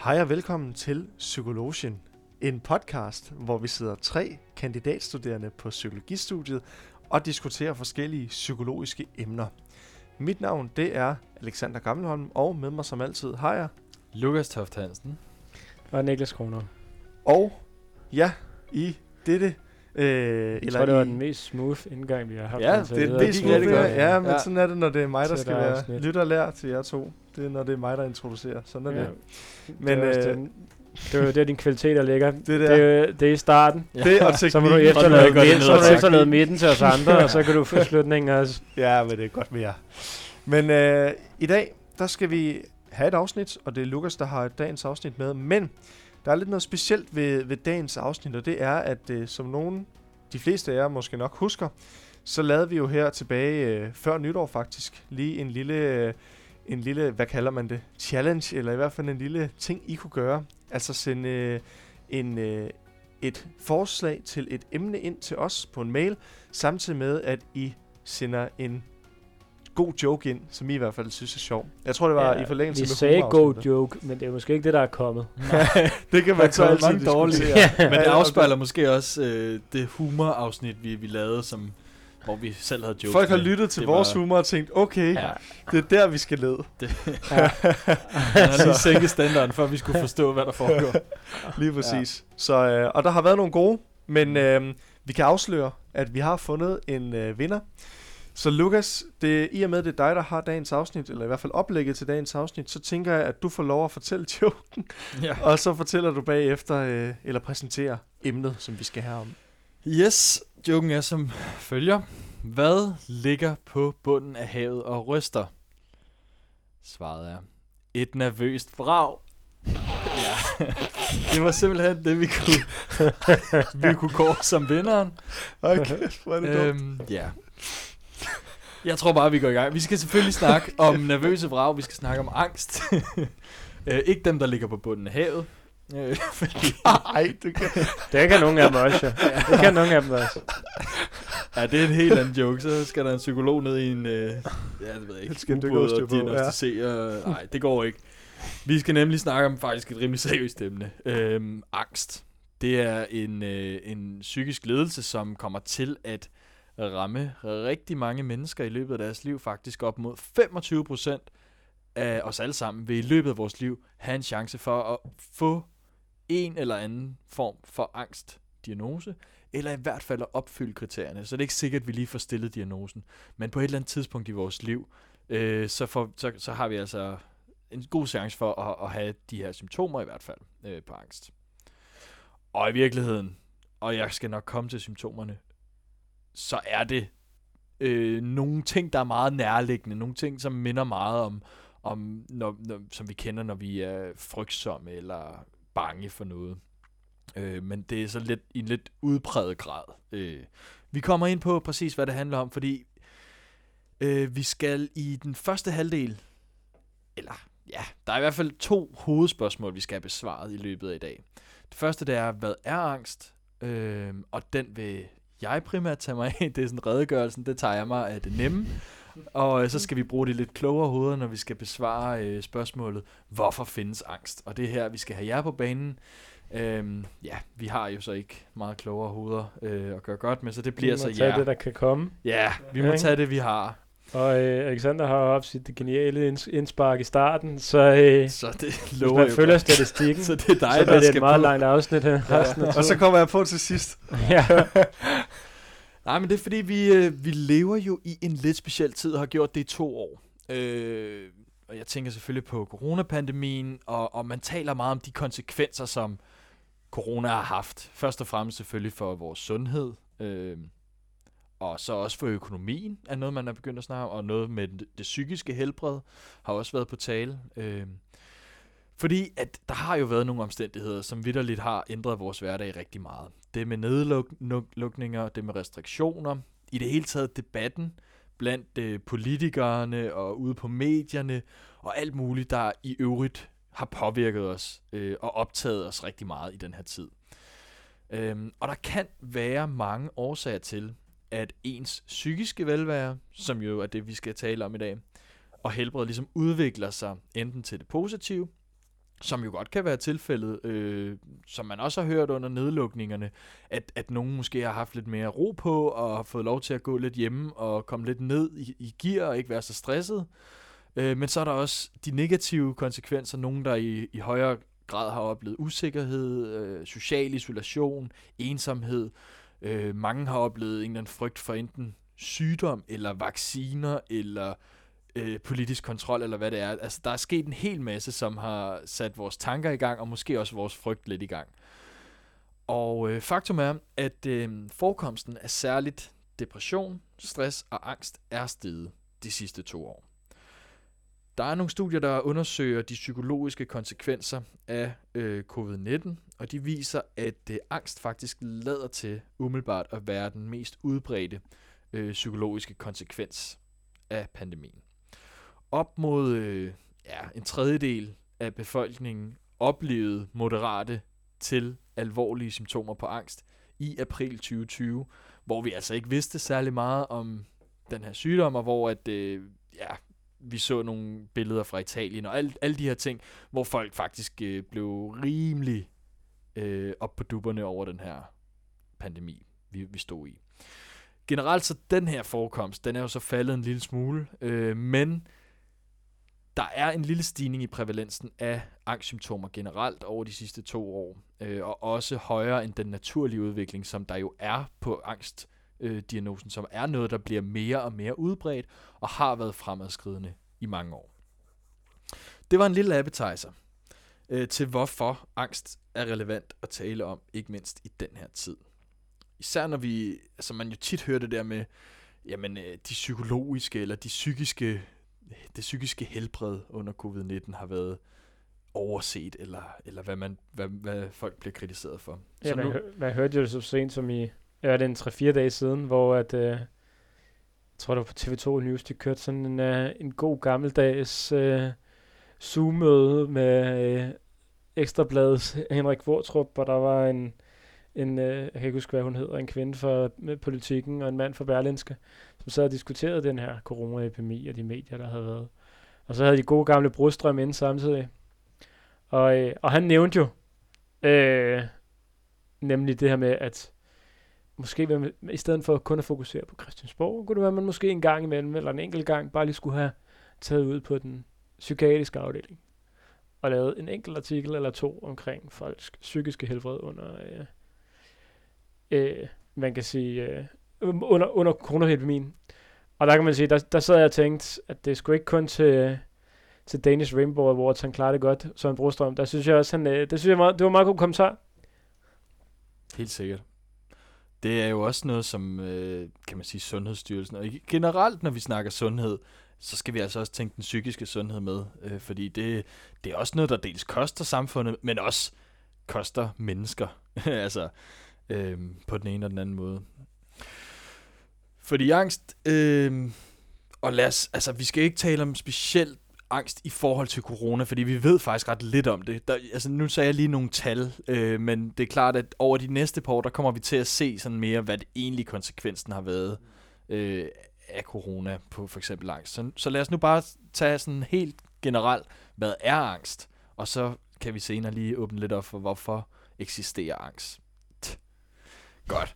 Hej og velkommen til Psykologien, en podcast, hvor vi sidder 3 kandidatstuderende på psykologistudiet og diskuterer forskellige psykologiske emner. Mit navn det er Alexander Gammelholm, og med mig som altid har jeg Lukas Toft Hansen og Niklas Kroner. Og ja, i dette... Jeg tror, det var den mest smooth indgang, vi har haft. Ja, det er det mest smooth. Ja, men sådan er det, når det er mig, der skal være afsnit. lytter og lær til jer to. Det er, når det er mig, der introducerer. Sådan er det. Men det er din kvalitet, der ligger. Det er i starten. Ja. Det og så må du efterlade midten til os andre, og så kan du få slutningen også. Ja, men det er godt med jer. Men i dag, der skal vi have et afsnit, og det er Lukas, der har dagens afsnit med. Men der er lidt noget specielt ved dagens afsnit, og det er, at som de fleste af jer måske nok husker, så lavede vi jo her tilbage før nytår faktisk lige en lille, hvad kalder man det, challenge, eller i hvert fald en lille ting, I kunne gøre. Altså sende et forslag til et emne ind til os på en mail, samtidig med, at I sender en god joke ind, som I hvert fald synes er sjov. Jeg tror, det var i forlængelse med vi sagde god joke, men det er måske ikke det, der er kommet. Det kan man så altid diskutere. Men det afspejler måske også det humorafsnit, vi lavede, hvor vi selv havde jokes. Folk har lyttet til vores humor og tænkt, okay, det er der, vi skal lede. Han har lige sænket standarden, før vi skulle forstå, hvad der foregår. Lige præcis. Ja. Så, og der har været nogle gode, men vi kan afsløre, at vi har fundet en vinder. Så Lukas, i og med det er dig, der har dagens afsnit, eller i hvert fald oplægget til dagens afsnit, så tænker jeg, at du får lov at fortælle joken, og så fortæller du bagefter, eller præsenterer emnet, som vi skal have om. Yes, joken er som følger. Hvad ligger på bunden af havet og ryster? Svaret er et nervøst vrag. Ja, det var simpelthen det, vi kunne kåre som vinderen. Okay, hvor er det dumt. Ja. Jeg tror bare, vi går i gang. Vi skal selvfølgelig snakke om nervøse vrag. Vi skal snakke om angst. Ikke dem, der ligger på bunden af havet. Nej, det kan nogen af dem også. Det kan nogen af dem også. Ja, det er en helt anden joke. Så skal der en psykolog ned i en det ved jeg ikke, ubåd og diagnostisere. Nej, det går ikke. Vi skal nemlig snakke om faktisk et rimelig seriøst emne. Angst. Det er en psykisk lidelse, som kommer til at ramme rigtig mange mennesker i løbet af deres liv. Faktisk op mod 25% af os alle sammen vil i løbet af vores liv have en chance for at få en eller anden form for angstdiagnose, eller i hvert fald at opfylde kriterierne. Så det er ikke sikkert, at vi lige får stillet diagnosen. Men på et eller andet tidspunkt i vores liv, så har vi altså en god chance for at have de her symptomer i hvert fald på angst. Og i virkeligheden, og jeg skal nok komme til symptomerne, så er det nogle ting, der er meget nærliggende. Nogle ting, som minder meget om som vi kender, når vi er frygtsomme eller bange for noget. Men det er så lidt i en lidt udpræget grad. Vi kommer ind på præcis, hvad det handler om, fordi vi skal i den første halvdel, eller ja, der er i hvert fald 2 hovedspørgsmål, vi skal have besvaret i løbet af i dag. Det første, det er, hvad er angst? Og den vil jeg primært tage mig af. Det er sådan redegørelsen, det tager jeg mig af det nemme. Og så skal vi bruge det lidt klogere hoveder, når vi skal besvare spørgsmålet, hvorfor findes angst? Og det er her, vi skal have jer på banen. Vi har jo så ikke meget klogere hoveder at gøre godt med, så det bliver så jer. Vi må tage det, der kan komme. Ja, vi må tage det, vi har. Og Alexander har haft sit geniale indspark i starten, så det lover hvis man følger statistikken, så det er dig, så bliver det et meget langt afsnit her. Ja. Og så kommer jeg på til sidst. Ja. Nej, men det er fordi, vi lever jo i en lidt speciel tid og har gjort det i 2 år. Og jeg tænker selvfølgelig på coronapandemien, og man taler meget om de konsekvenser, som corona har haft. Først og fremmest selvfølgelig for vores sundhed, og så også for økonomien er noget, man er begyndt at snakke om, og noget med det psykiske helbred har også været på tale. Fordi at der har jo været nogle omstændigheder, som vitterligt har ændret vores hverdag rigtig meget. Det med nedlukninger, det med restriktioner, i det hele taget debatten blandt politikerne og ude på medierne, og alt muligt, der i øvrigt har påvirket os og optaget os rigtig meget i den her tid. Og der kan være mange årsager til, at ens psykiske velvære, som jo er det, vi skal tale om i dag, og helbred ligesom udvikler sig enten til det positive, som jo godt kan være tilfældet, som man også har hørt under nedlukningerne, at nogen måske har haft lidt mere ro på, og har fået lov til at gå lidt hjemme, og komme lidt ned i gear, og ikke være så stresset. Men så er der også de negative konsekvenser, nogen der i højere grad har oplevet usikkerhed, social isolation, ensomhed. Mange har oplevet en eller anden frygt for enten sygdom, eller vacciner, eller politisk kontrol, eller hvad det er. Altså, der er sket en hel masse, som har sat vores tanker i gang, og måske også vores frygt lidt i gang. Og faktum er, at forekomsten af særligt depression, stress og angst er steget de sidste 2 år. Der er nogle studier, der undersøger de psykologiske konsekvenser af covid-19, og de viser, at angst faktisk lader til umiddelbart at være den mest udbredte psykologiske konsekvens af pandemien. Op mod en tredjedel af befolkningen oplevede moderate til alvorlige symptomer på angst i april 2020, hvor vi altså ikke vidste særlig meget om den her sygdom, og hvor vi så nogle billeder fra Italien og alle de her ting, hvor folk faktisk blev rimelig op på dupperne over den her pandemi, vi stod i. Generelt så den her forekomst, den er jo så faldet en lille smule, men der er en lille stigning i prævalensen af angstsymptomer generelt over de sidste 2 år, og også højere end den naturlige udvikling, som der jo er på angstdiagnosen, som er noget, der bliver mere og mere udbredt, og har været fremadskridende i mange år. Det var en lille appetizer til, hvorfor angst er relevant at tale om, ikke mindst i den her tid. Især når man jo tit hører det der med, de psykologiske eller det psykiske helbred under covid-19 har været overset, eller hvad folk bliver kritiseret for. Ja, man hørte jo så sent som i, det en 3-4 dage siden, hvor at, jeg tror det var på TV2 News, de kørte sådan en god gammeldags Zoom-møde med Ekstrabladets Henrik Vortrup, hvor der var en jeg kan ikke huske, hvad hun hedder, en kvinde for Politikken og en mand for Berlingske, som sad og diskuterede den her coronaepidemi og de medier, der havde været. Og så havde de gode gamle Brostrøm inde samtidig. Og han nævnte jo nemlig det her med, at måske i stedet for kun at fokusere på Christiansborg, kunne det være, at man måske en gang imellem, eller en enkelt gang, bare lige skulle have taget ud på den psykiatriske afdeling og lavet en enkelt artikel eller 2 omkring folks psykiske helbred under man kan sige under coronaepidemien. Og der kan man sige, der sad jeg og tænkte, at det skulle ikke kun til Danish Rainbow Awards, han klarede det godt, Søren Brostrøm. Der synes jeg også, det var en meget god kommentar. Helt sikkert. Det er jo også noget, som, kan man sige, Sundhedsstyrelsen, og generelt, når vi snakker sundhed, så skal vi altså også tænke den psykiske sundhed med, fordi det er også noget, der dels koster samfundet, men også koster mennesker, altså på den ene og den anden måde. Fordi angst, og vi skal ikke tale om specielt angst i forhold til corona, fordi vi ved faktisk ret lidt om det. Nu sagde jeg lige nogle tal, men det er klart, at over de næste par år, der kommer vi til at se sådan mere, hvad det egentlig konsekvensen har været af corona på for eksempel angst. Så lad os nu bare tage sådan helt generelt, hvad er angst? Og så kan vi senere lige åbne lidt op for, hvorfor eksisterer angst. Godt.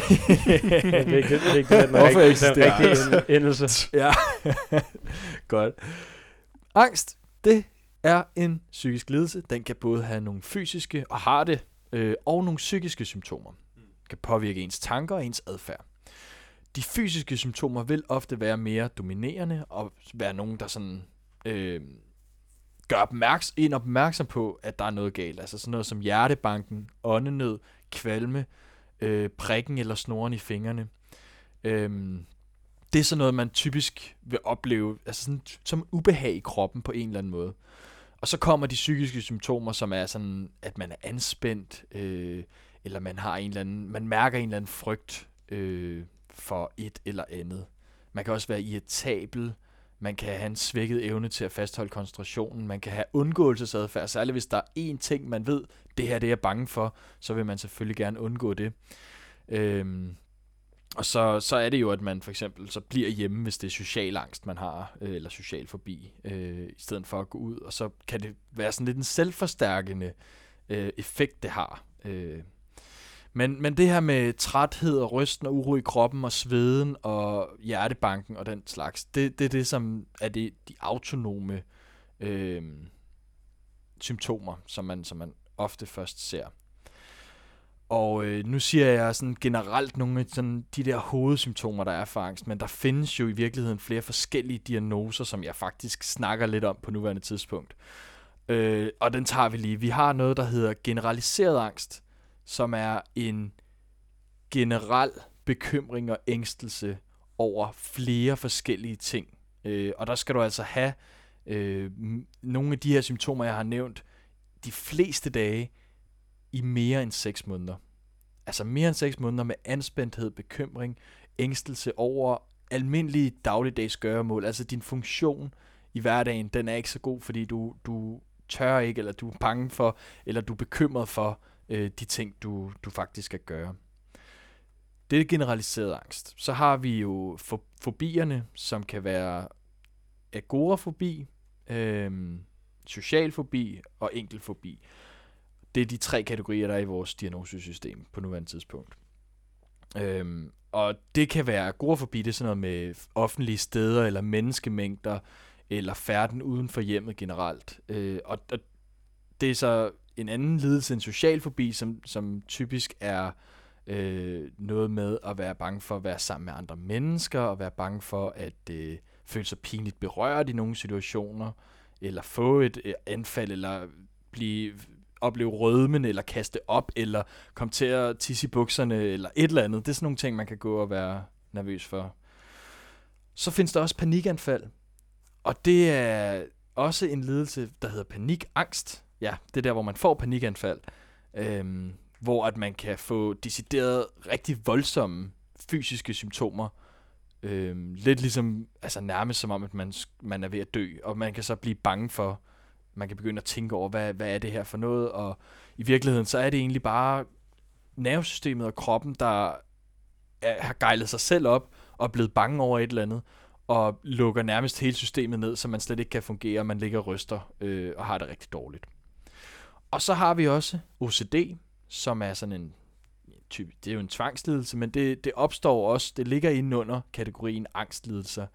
Hvorfor eksisterer angst? Ja, godt. Angst, det er en psykisk lidelse. Den kan både have nogle fysiske, og har det, og nogle psykiske symptomer. Kan påvirke ens tanker og ens adfærd. De fysiske symptomer vil ofte være mere dominerende, og være nogen, der sådan gør en opmærksom på, at der er noget galt. Altså sådan noget som hjertebanken, åndenød, kvalme, prikken eller snoren i fingrene. Det er sådan noget, man typisk vil opleve altså sådan, som ubehag i kroppen på en eller anden måde. Og så kommer de psykiske symptomer, som er sådan, at man er anspændt, eller man mærker en eller anden frygt for et eller andet. Man kan også være irritabel, man kan have en svækket evne til at fastholde koncentrationen, man kan have undgåelsesadfærd, særligt hvis der er én ting, man ved, det her det er jeg bange for, så vil man selvfølgelig gerne undgå det. Og så er det jo, at man for eksempel så bliver hjemme, hvis det er social angst, man har, eller social fobi, i stedet for at gå ud. Og så kan det være sådan lidt en selvforstærkende effekt, det har. Men det her med træthed og rysten og uro i kroppen og sveden og hjertebanken og den slags, det er det, som er de autonome symptomer, som man ofte først ser. Og nu siger jeg sådan generelt nogle af sådan de der hovedsymptomer, der er for angst, men der findes jo i virkeligheden flere forskellige diagnoser, som jeg faktisk snakker lidt om på nuværende tidspunkt. Og den tager vi lige. Vi har noget, der hedder generaliseret angst, som er en generel bekymring og ængstelse over flere forskellige ting. Og der skal du altså have nogle af de her symptomer, jeg har nævnt, de fleste dage i mere end 6 måneder. Altså mere end 6 måneder med anspændthed, bekymring, ængstelse over almindelige dagligdags gøremål. Altså din funktion i hverdagen, den er ikke så god, fordi du tør ikke, eller du er bange for, eller du er bekymret for de ting, du faktisk skal gøre. Det er generaliseret angst. Så har vi jo fobierne, som kan være agorafobi, social fobi og enkeltfobi. Det er de 3 kategorier, der er i vores diagnosesystem på nuværende tidspunkt. Og det kan være agorafobi, det er sådan noget med offentlige steder eller menneskemængder, eller færden uden for hjemmet generelt. Og det er så en anden lidelse end social fobi, som typisk er noget med at være bange for at være sammen med andre mennesker, og være bange for at føle sig pinligt berørt i nogle situationer, eller få et anfald, eller opleve rødmen, eller kaste op, eller komme til at tisse i bukserne, eller et eller andet. Det er sådan nogle ting, man kan gå og være nervøs for. Så findes der også panikanfald, og det er også en lidelse, der hedder panikangst. Ja, det er der, hvor man får panikanfald, hvor at man kan få decideret rigtig voldsomme fysiske symptomer, lidt ligesom, altså nærmest som om, at man er ved at dø, og man kan så blive bange for, man kan begynde at tænke over, hvad er det her for noget, og i virkeligheden, så er det egentlig bare nervesystemet og kroppen, der har gejlet sig selv op, og er blevet bange over et eller andet, og lukker nærmest hele systemet ned, så man slet ikke kan fungere, og man ligger og ryster, og har det rigtig dårligt. Og så har vi også OCD, som er sådan en type, det er jo en tvangslidelse, men det opstår også, det ligger inde under kategorien angstlidelser.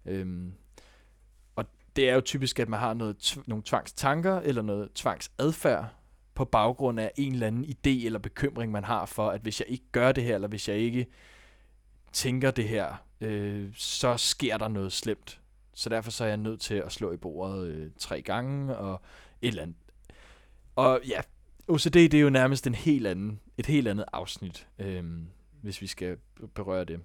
Og det er jo typisk, at man har nogle tvangstanker, eller noget tvangsadfærd, på baggrund af en eller anden idé eller bekymring, man har for, at hvis jeg ikke gør det her, eller hvis jeg ikke tænker det her, så sker der noget slemt. Så derfor så er jeg nødt til at slå i bordet 3 gange, og et eller andet. Og ja, OCD, det er jo nærmest et helt andet afsnit, hvis vi skal berøre det.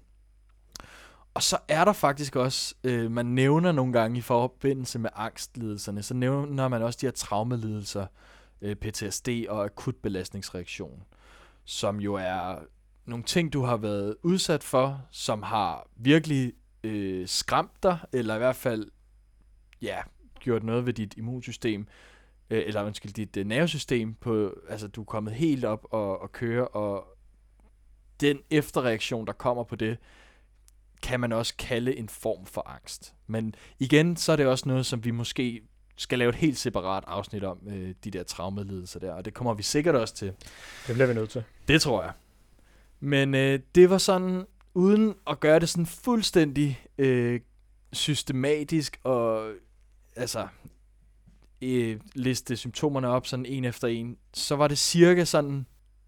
Og så er der faktisk også, man nævner nogle gange i forbindelse med angstlidelserne, så nævner man også de her traumelidelser, PTSD og akut belastningsreaktion, som jo er nogle ting, du har været udsat for, som har virkelig skræmt dig, eller i hvert fald gjort noget ved dit immunsystem, eller dit nervesystem, altså du er kommet helt op og køre, og den efterreaktion, der kommer på det, kan man også kalde en form for angst. Men igen, så er det også noget, som vi måske skal lave et helt separat afsnit om, de der traumelidelser der, og det kommer vi sikkert også til. Det bliver vi nødt til. Det tror jeg. Men det var sådan, uden at gøre det sådan fuldstændig systematisk, og altså liste symptomerne op sådan en efter en, så var det cirka sådan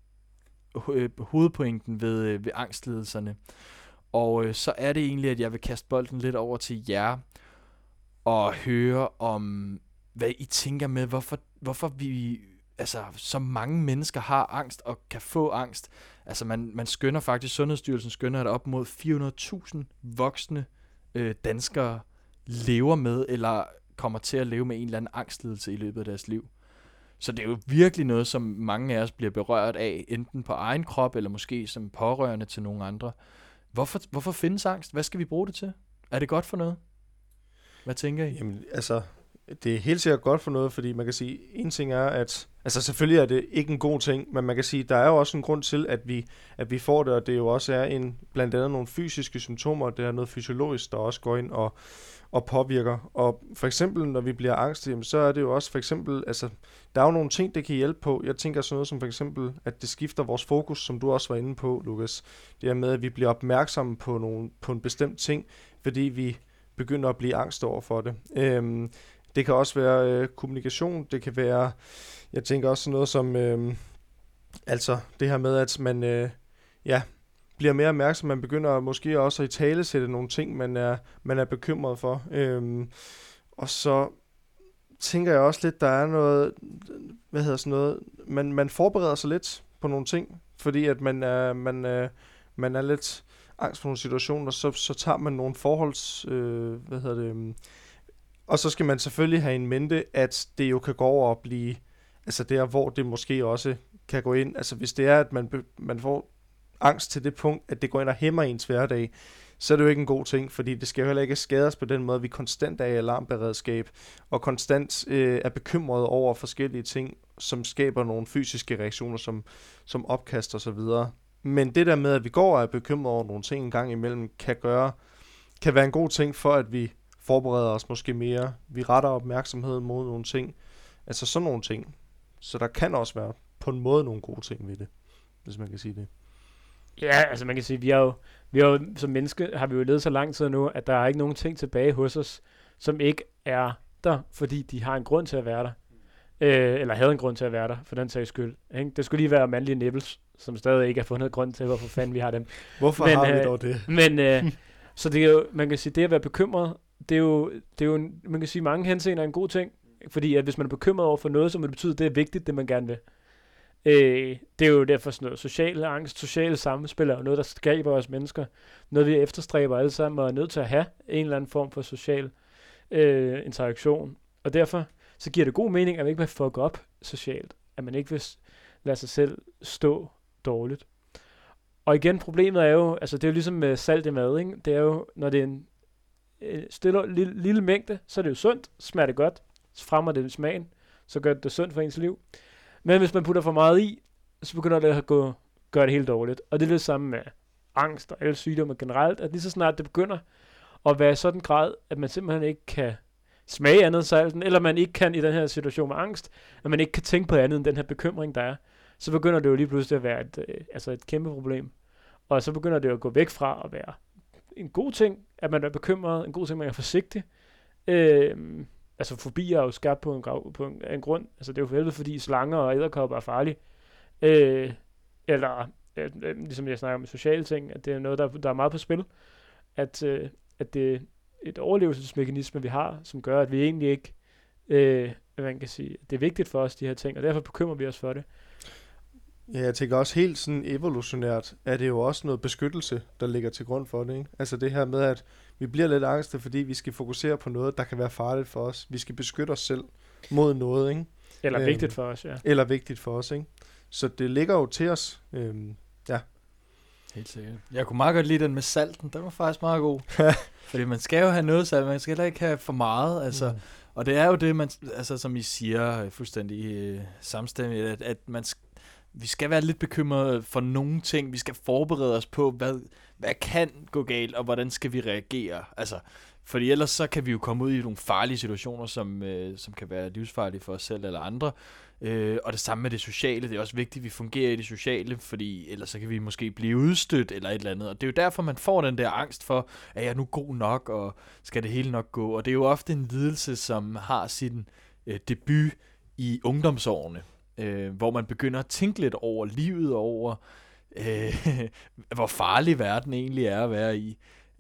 hovedpointen ved angstlidelserne. Og så er det egentlig, at jeg vil kaste bolden lidt over til jer, og høre om, hvad I tænker med, hvorfor vi, altså så mange mennesker har angst og kan få angst. Altså man skønner faktisk, Sundhedsstyrelsen skønner, at op mod 400.000 voksne danskere lever med, eller kommer til at leve med en eller anden angstlidelse i løbet af deres liv. Så det er jo virkelig noget, som mange af os bliver berørt af, enten på egen krop, eller måske som pårørende til nogle andre. Hvorfor findes angst? Hvad skal vi bruge det til? Er det godt for noget? Hvad tænker I? Jamen, altså, det er helt sikkert godt for noget, fordi man kan sige, en ting er, at altså selvfølgelig er det ikke en god ting, men man kan sige, der er jo også en grund til, at vi får det, og det jo også er blandt andet nogle fysiske symptomer, det er noget fysiologisk, der også går ind og påvirker. Og for eksempel, når vi bliver angst, så er det jo også for eksempel, altså der er jo nogle ting, det kan hjælpe på. Jeg tænker sådan noget som for eksempel, at det skifter vores fokus, som du også var inde på, Lukas. Det er med, at vi bliver opmærksomme på en bestemt ting, fordi vi begynder at blive angst over for det. Det kan også være kommunikation, det kan være, jeg tænker også sådan noget som, altså det her med, at man bliver mere opmærksom, man begynder måske også at italesætte nogle ting, man er bekymret for. Og så tænker jeg også lidt, der er noget, man forbereder sig lidt på nogle ting, fordi at man er lidt angst for nogle situationer, så tager man nogle forholds, og så skal man selvfølgelig have en mente, at det jo kan gå over og blive, altså der, hvor det måske også kan gå ind. Altså hvis det er, at man får angst til det punkt, at det går ind og hæmmer ens hverdag, så er det jo ikke en god ting, fordi det skal jo heller ikke skades på den måde, vi konstant er i alarmberedskab, og konstant er bekymrede over forskellige ting, som skaber nogle fysiske reaktioner, som opkast og så videre. Men det der med, at vi går og er bekymret over nogle ting en gang imellem, kan være en god ting for, at vi forbereder os måske mere. Vi retter opmærksomheden mod nogle ting. Altså sådan nogle ting. Så der kan også være på en måde nogle gode ting ved det, hvis man kan sige det. Ja, altså man kan sige, vi har jo som menneske har vi jo levet så lang tid nu, at der er ikke nogen ting tilbage hos os, som ikke er der, fordi de har en grund til at være der. Eller havde en grund til at være der, for den sags skyld. Ikke? Det skulle lige være mandlige nipples, som stadig ikke har fundet grund til, hvorfor fanden vi har dem. Hvorfor har vi dog det? Men så det er jo, man kan sige, det at være bekymret, det er jo man kan sige, mange henseender er en god ting, fordi at hvis man er bekymret over for noget, så må det betyde, at det er vigtigt, det man gerne vil. Det er jo derfor sådan noget social angst, sociale samspil er jo noget, der skaber os mennesker. Noget, vi efterstræber alle sammen, og er nødt til at have en eller anden form for social interaktion. Og derfor så giver det god mening, at man ikke vil fuck op socialt. At man ikke vil lade sig selv stå dårligt. Og igen, problemet er jo, altså det er jo ligesom med salt i mad, ikke? Det er jo, når det er en lille mængde, så er det jo sundt, smager det godt, så fremmer det smagen, så gør det sundt for ens liv. Men hvis man putter for meget i, så begynder det at gøre det helt dårligt. Og det er det samme med angst og alle sygdomme generelt, at lige så snart det begynder at være i sådan en grad, at man simpelthen ikke kan smage andet salten, eller man ikke kan i den her situation med angst, at man ikke kan tænke på andet end den her bekymring, der er, så begynder det jo lige pludselig at være et kæmpe problem. Og så begynder det at gå væk fra at være en god ting, at man er bekymret, en god ting, man er forsigtig. Altså fobi er jo skabt på en grund. Altså det er jo for helvede, fordi slanger og edderkopper er farlige. Ligesom jeg snakker om sociale ting, at det er noget, der er meget på spil. At det er et overlevelsesmekanisme, vi har, som gør, at vi egentlig ikke, man kan sige, det er vigtigt for os, de her ting, og derfor bekymrer vi os for det. Ja, jeg tænker også helt sådan evolutionært, er det jo også noget beskyttelse, der ligger til grund for det, ikke? Altså det her med, at vi bliver lidt angste, fordi vi skal fokusere på noget, der kan være farligt for os. Vi skal beskytte os selv mod noget, ikke? Eller vigtigt for os, ja. Eller vigtigt for os, ikke? Så det ligger jo til os, ja. Helt sikkert. Jeg kunne meget godt lide den med salten, den var faktisk meget god. Fordi man skal jo have noget salt, man skal heller ikke have for meget, altså. Og det er jo det, man, altså som I siger fuldstændig samstemmigt, at vi skal være lidt bekymrede for nogle ting. Vi skal forberede os på, hvad kan gå galt, og hvordan skal vi reagere. Altså, fordi ellers så kan vi jo komme ud i nogle farlige situationer, som kan være livsfarlige for os selv eller andre. Og det samme med det sociale. Det er også vigtigt, at vi fungerer i det sociale, fordi ellers så kan vi måske blive udstødt eller et eller andet. Og det er jo derfor, man får den der angst for, at jeg er nu god nok, og skal det hele nok gå. Og det er jo ofte en lidelse, som har sin debut i ungdomsårene. Hvor man begynder at tænke lidt over livet, over hvor farlig verden egentlig er at være i.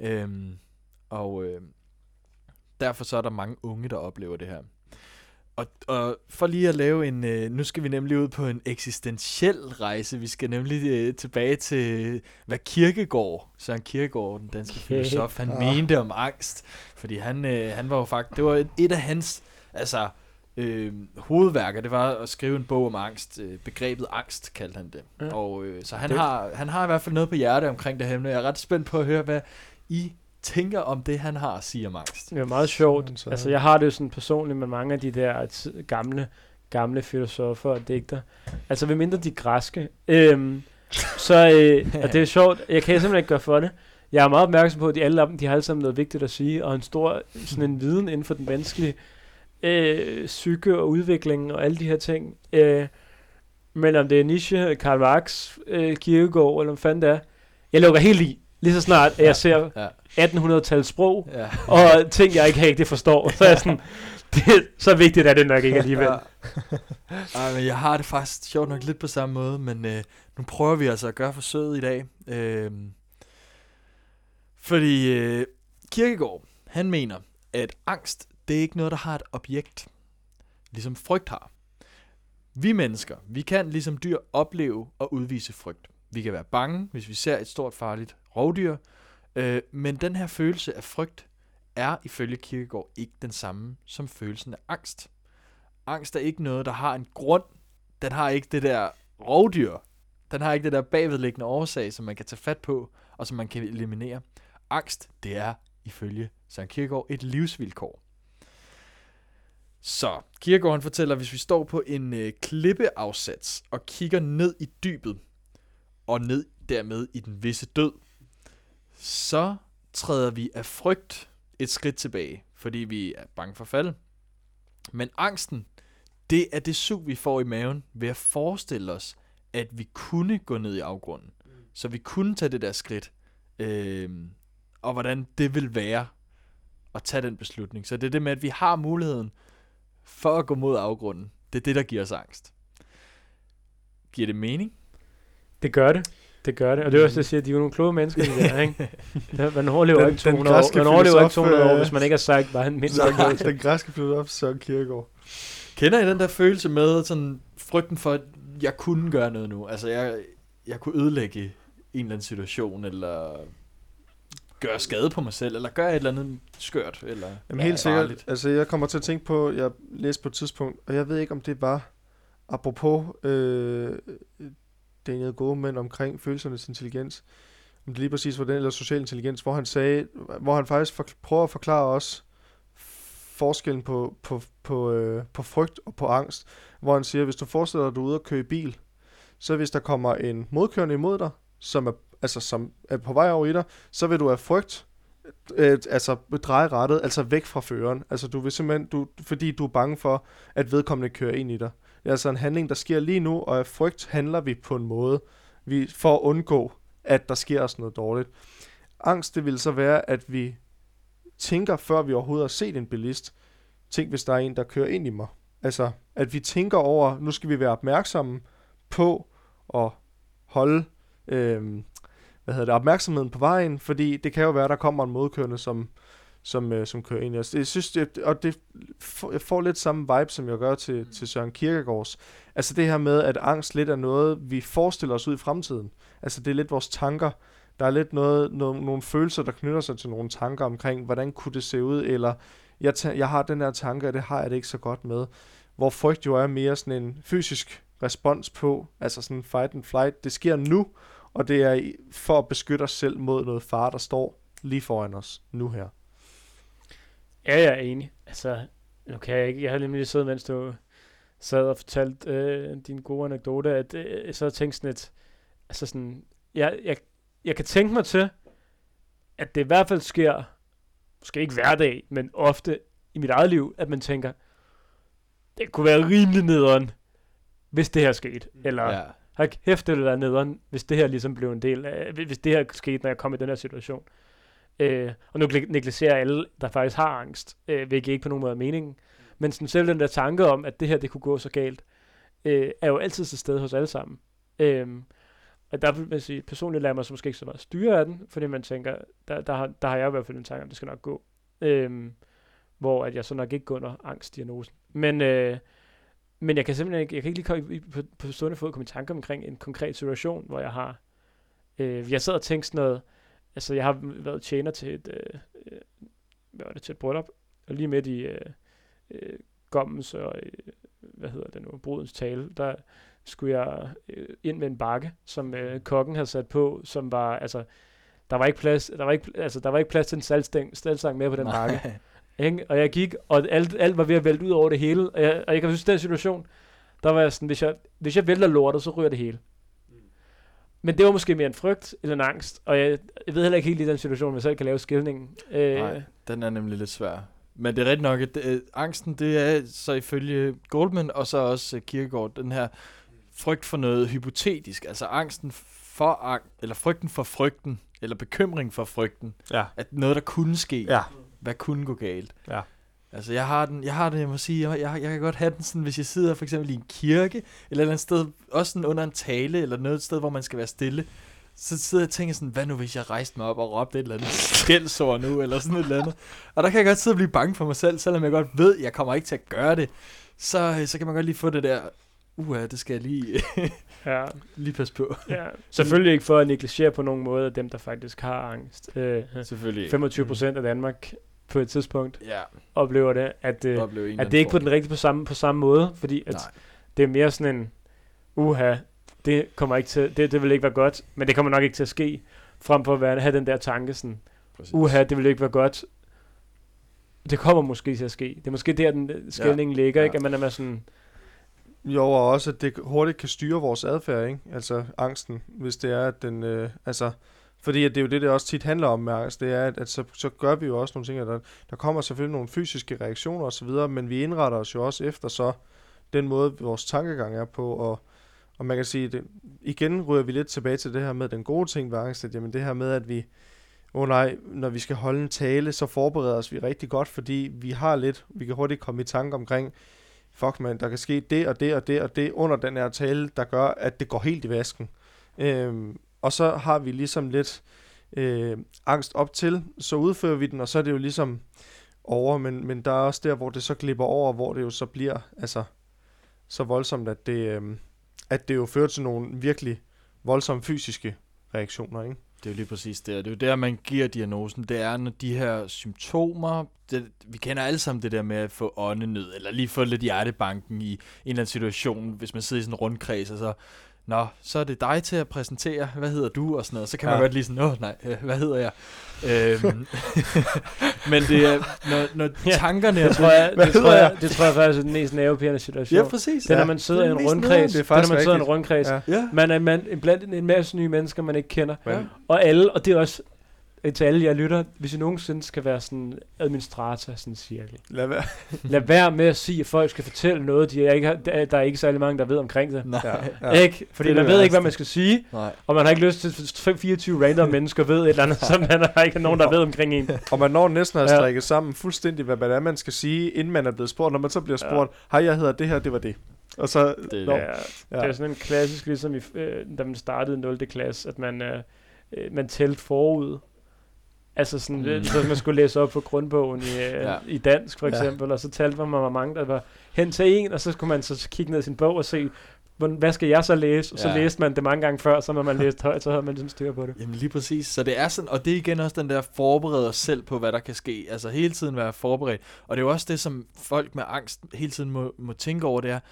Derfor så er der mange unge, der oplever det her. Og for lige at lave nu skal vi nemlig ud på en eksistentiel rejse. Vi skal nemlig tilbage til, hvad Søren Kierkegaard, den danske filosof, han mente om angst. Fordi han var jo faktisk, det var et af hans, altså hovedværker, det var at skrive en bog om angst. Begrebet angst kaldte han det. Og så han har i hvert fald noget på hjerte omkring det her. Jeg er ret spændt på at høre, hvad I tænker om det, han har at sige om angst. Det er meget sjovt. Altså, jeg har det jo sådan personligt med mange af de der gamle filosofer og digter. Altså, ved mindre de græske. Og det er sjovt. Jeg kan simpelthen ikke gøre for det. Jeg er meget opmærksom på, at de har alle sammen noget vigtigt at sige, og en stor sådan en viden inden for den menneskelige psyke og udvikling og alle de her ting. Men om det er Nietzsche, Karl Marx, Kierkegaard, eller hvad fanden det er, jeg lukker helt i, lige så snart, at jeg ser 1800-tals sprog, og ting, jeg ikke rigtig forstår. Så er sådan, så vigtigt er det nok ikke alligevel. Ej, men jeg har det faktisk sjovt nok lidt på samme måde, men nu prøver vi altså at gøre forsøget i dag. Fordi Kierkegaard, han mener, at angst, det er ikke noget, der har et objekt, ligesom frygt har. Vi mennesker, vi kan ligesom dyr opleve og udvise frygt. Vi kan være bange, hvis vi ser et stort farligt rovdyr, men den her følelse af frygt er ifølge Kierkegaard ikke den samme som følelsen af angst. Angst er ikke noget, der har en grund. Den har ikke det der rovdyr. Den har ikke det der bagvedliggende årsag, som man kan tage fat på, og som man kan eliminere. Angst, det er ifølge Søren Kierkegaard et livsvilkår. Så Kierkegaard han fortæller, hvis vi står på en klippeafsats og kigger ned i dybet, og ned dermed i den visse død, så træder vi af frygt et skridt tilbage, fordi vi er bange for fald. Men angsten, det er det sug, vi får i maven ved at forestille os, at vi kunne gå ned i afgrunden. Så vi kunne tage det der skridt. Og hvordan det vil være at tage den beslutning. Så det er det med, at vi har muligheden for at gå mod afgrunden. Det er det, der giver os angst. Giver det mening? Det gør det. Det gør det. Og det er også det, jeg siger, at de er jo nogle kloge mennesker, de der, ikke? Man overlever ikke 200 år. Man overlever ikke 200 år, hvis man ikke har sagt bare en mindre øvelse. Den græske filosof Søren Kierkegaard. Kender I den der følelse med sådan frygten for, at jeg kunne gøre noget nu? Altså, jeg kunne ødelægge en eller anden situation, eller gøre skade på mig selv, eller gøre et eller andet skørt, eller jamen, helt sikkert. Farligt. Altså, jeg kommer til at tænke på, jeg læste på et tidspunkt, og jeg ved ikke, om det var apropos Daniel Goleman omkring følelsernes intelligens, om det lige præcis var den, eller social intelligens, hvor han faktisk prøver at forklare os forskellen på frygt og på angst, hvor han siger, hvis du forestiller dig, at du er ude at køre i bil, så hvis der kommer en modkørende imod dig, som er på vej over i dig, så vil du af frygt dreje rettet, altså væk fra føreren. Altså du vil simpelthen, fordi du er bange for, at vedkommende kører ind i dig. Det er altså en handling, der sker lige nu, og af frygt handler vi på en måde, for at undgå, at der sker os noget dårligt. Angst, det vil så være, at vi tænker, før vi overhovedet har set en bilist, tænk, hvis der er en, der kører ind i mig. Altså, at vi tænker over, nu skal vi være opmærksomme på at holde opmærksomheden på vejen, fordi det kan jo være, der kommer en modkørende, som kører ind i os. Jeg synes, jeg får lidt samme vibe, som jeg gør til Søren Kierkegaards. Altså det her med, at angst lidt er noget, vi forestiller os ud i fremtiden. Altså det er lidt vores tanker. Der er lidt nogle følelser, der knytter sig til nogle tanker omkring, hvordan kunne det se ud, eller jeg har den her tanke, og det har jeg det ikke så godt med. Hvor frygt jo er mere sådan en fysisk respons på, altså sådan fight and flight. Det sker nu, og det er for at beskytte os selv mod noget fare, der står lige foran os nu her. Ja, jeg er enig. Altså, nu kan jeg ikke. Jeg har nemlig siddet, mens du sad og fortalte din gode anekdote, at så havde jeg tænkt sådan et, altså sådan, jeg kan tænke mig til, at det i hvert fald sker, måske ikke hver dag, men ofte i mit eget liv, at man tænker, det kunne være rimelig nederen, hvis det her skete. Eller, har kæft, det ville være nederen, hvis det her ligesom blev en del af, hvis det her skete, når jeg kom i den her situation. Og nu negligerer alle, der faktisk har angst, hvilket ikke på nogen måde meningen. Men sådan selv den der tanke om, at det her, det kunne gå så galt, er jo altid til stede hos alle sammen. Og der vil jeg sige, personligt lader man så måske ikke så meget styre af den, fordi man tænker, der har jeg i hvert fald en tanke om, det skal nok gå. Hvor at jeg så nok ikke går under angstdiagnosen. Men jeg kan simpelthen ikke, jeg kan ikke lige komme på stående fod komme i tanke omkring en konkret situation, hvor jeg har, jeg sad og tænkte sådan noget, altså jeg har været tjener til et bryllup, og lige midt i gommens og, brudens tale, der skulle jeg ind med en bakke, som kokken havde sat på, som var, altså, Der var ikke plads til en salgstang mere på den bakke. Ikke? Og jeg gik, og alt var ved at vælte ud over det hele. Og jeg kan synes, den situation, der var jeg sådan, hvis jeg vælter lortet, så ryger det hele. Men det var måske mere en frygt eller en angst, og jeg ved heller ikke helt i den situation, om jeg selv kan lave skilningen. Nej, den er nemlig lidt svær. Men det er rigtigt nok, at angsten, det er så ifølge Goldman, og så også Kierkegaard, den her frygt for noget hypotetisk, altså angsten for eller frygten for frygten, eller bekymring for frygten, at noget, der kunne ske, hvad kunne gå galt. Ja. Altså jeg har det, jeg må sige, jeg kan godt have den sådan, hvis jeg sidder for eksempel i en kirke, eller et eller andet sted, også sådan under en tale, eller noget sted, hvor man skal være stille, så sidder jeg og tænker sådan, hvad nu hvis jeg rejste mig op og råbte et eller andet skældsord nu, eller sådan et eller andet. Og der kan jeg godt sidde og blive bange for mig selv, selvom jeg godt ved, jeg kommer ikke til at gøre det. Så kan man godt lige få det der, det skal jeg lige, lige passe på. Ja. Selvfølgelig ikke for at negligere på nogen måde af dem, der faktisk har angst. Selvfølgelig 25% af Danmark på et tidspunkt oplever det, at det ikke på den rigtige på samme måde, fordi at det er mere sådan en, det kommer ikke til, det vil ikke være godt, men det kommer nok ikke til at ske, frem for at have den der tanke sådan, det vil ikke være godt, det kommer måske til at ske. Det er måske der, den skældning ligger, ikke? At man er sådan. Jo, og også, at det hurtigt kan styre vores adfærd, ikke? Altså angsten, hvis det er, at den, fordi at det er jo det også tit handler om med angst, det er, at så gør vi jo også nogle ting, at der kommer selvfølgelig nogle fysiske reaktioner osv., men vi indretter os jo også efter så den måde, vores tankegang er på, og man kan sige, det, igen ryger vi lidt tilbage til det her med den gode ting ved angst, at jamen det her med, at vi, når vi skal holde en tale, så forbereder os vi rigtig godt, fordi vi kan hurtigt komme i tanke omkring, fuck man, der kan ske det og det og det og det under den her tale, der gør, at det går helt i vasken. Og så har vi ligesom lidt angst op til, så udfører vi den, og så er det jo ligesom over, men der er også der, hvor det så glipper over, hvor det jo så bliver så voldsomt, at det jo fører til nogle virkelig voldsomme fysiske reaktioner, ikke? Det er jo lige præcis det. Det er jo der, man giver diagnosen. Det er, når de her symptomer, vi kender alle sammen det der med at få åndenød, eller lige få lidt hjertebanken i en eller anden situation, hvis man sidder i sådan en rundkreds, og så er det dig til at præsentere, hvad hedder du, og sådan noget. Så kan man godt lige sådan, hvad hedder jeg? Men det er, når tankerne... Det tror jeg faktisk er den mest nervepirrende situation. Ja, præcis. Det er, når man sidder i en rundkreds. Man er blandt en masse nye mennesker, man ikke kender. Og det er også til alle jeg lytter, hvis I nogensinde skal være sådan administrator sådan en cirkel. Lad være med at sige, at folk skal fortælle noget, der er ikke særlig mange, der ved omkring det. Ikke? Fordi man ved ikke, hvad man skal sige, og man har ikke lyst til 24 random mennesker ved et eller andet, som man har ikke nogen, der ved omkring en. Og man når næsten at strikke sammen fuldstændig, hvad det er, man skal sige, inden man er blevet spurgt. Når man så bliver spurgt, hej, jeg hedder det her, det var det. Og så, det er sådan en klassisk, ligesom da man startede 0. klasse, at man tælte forud. Altså sådan, så man skulle læse op på grundbogen i dansk for eksempel, og så talte man, hvor mange der var hen til en, og så skulle man så kigge ned i sin bog og se, hvad skal jeg så læse? Og så læste man det mange gange før, så når man læste højt, så havde man sådan styr på det. Jamen lige præcis. Så det er sådan, og det er igen også den der forberede os selv på, hvad der kan ske. Altså hele tiden være forberedt. Og det er jo også det, som folk med angst hele tiden må tænke over, det er,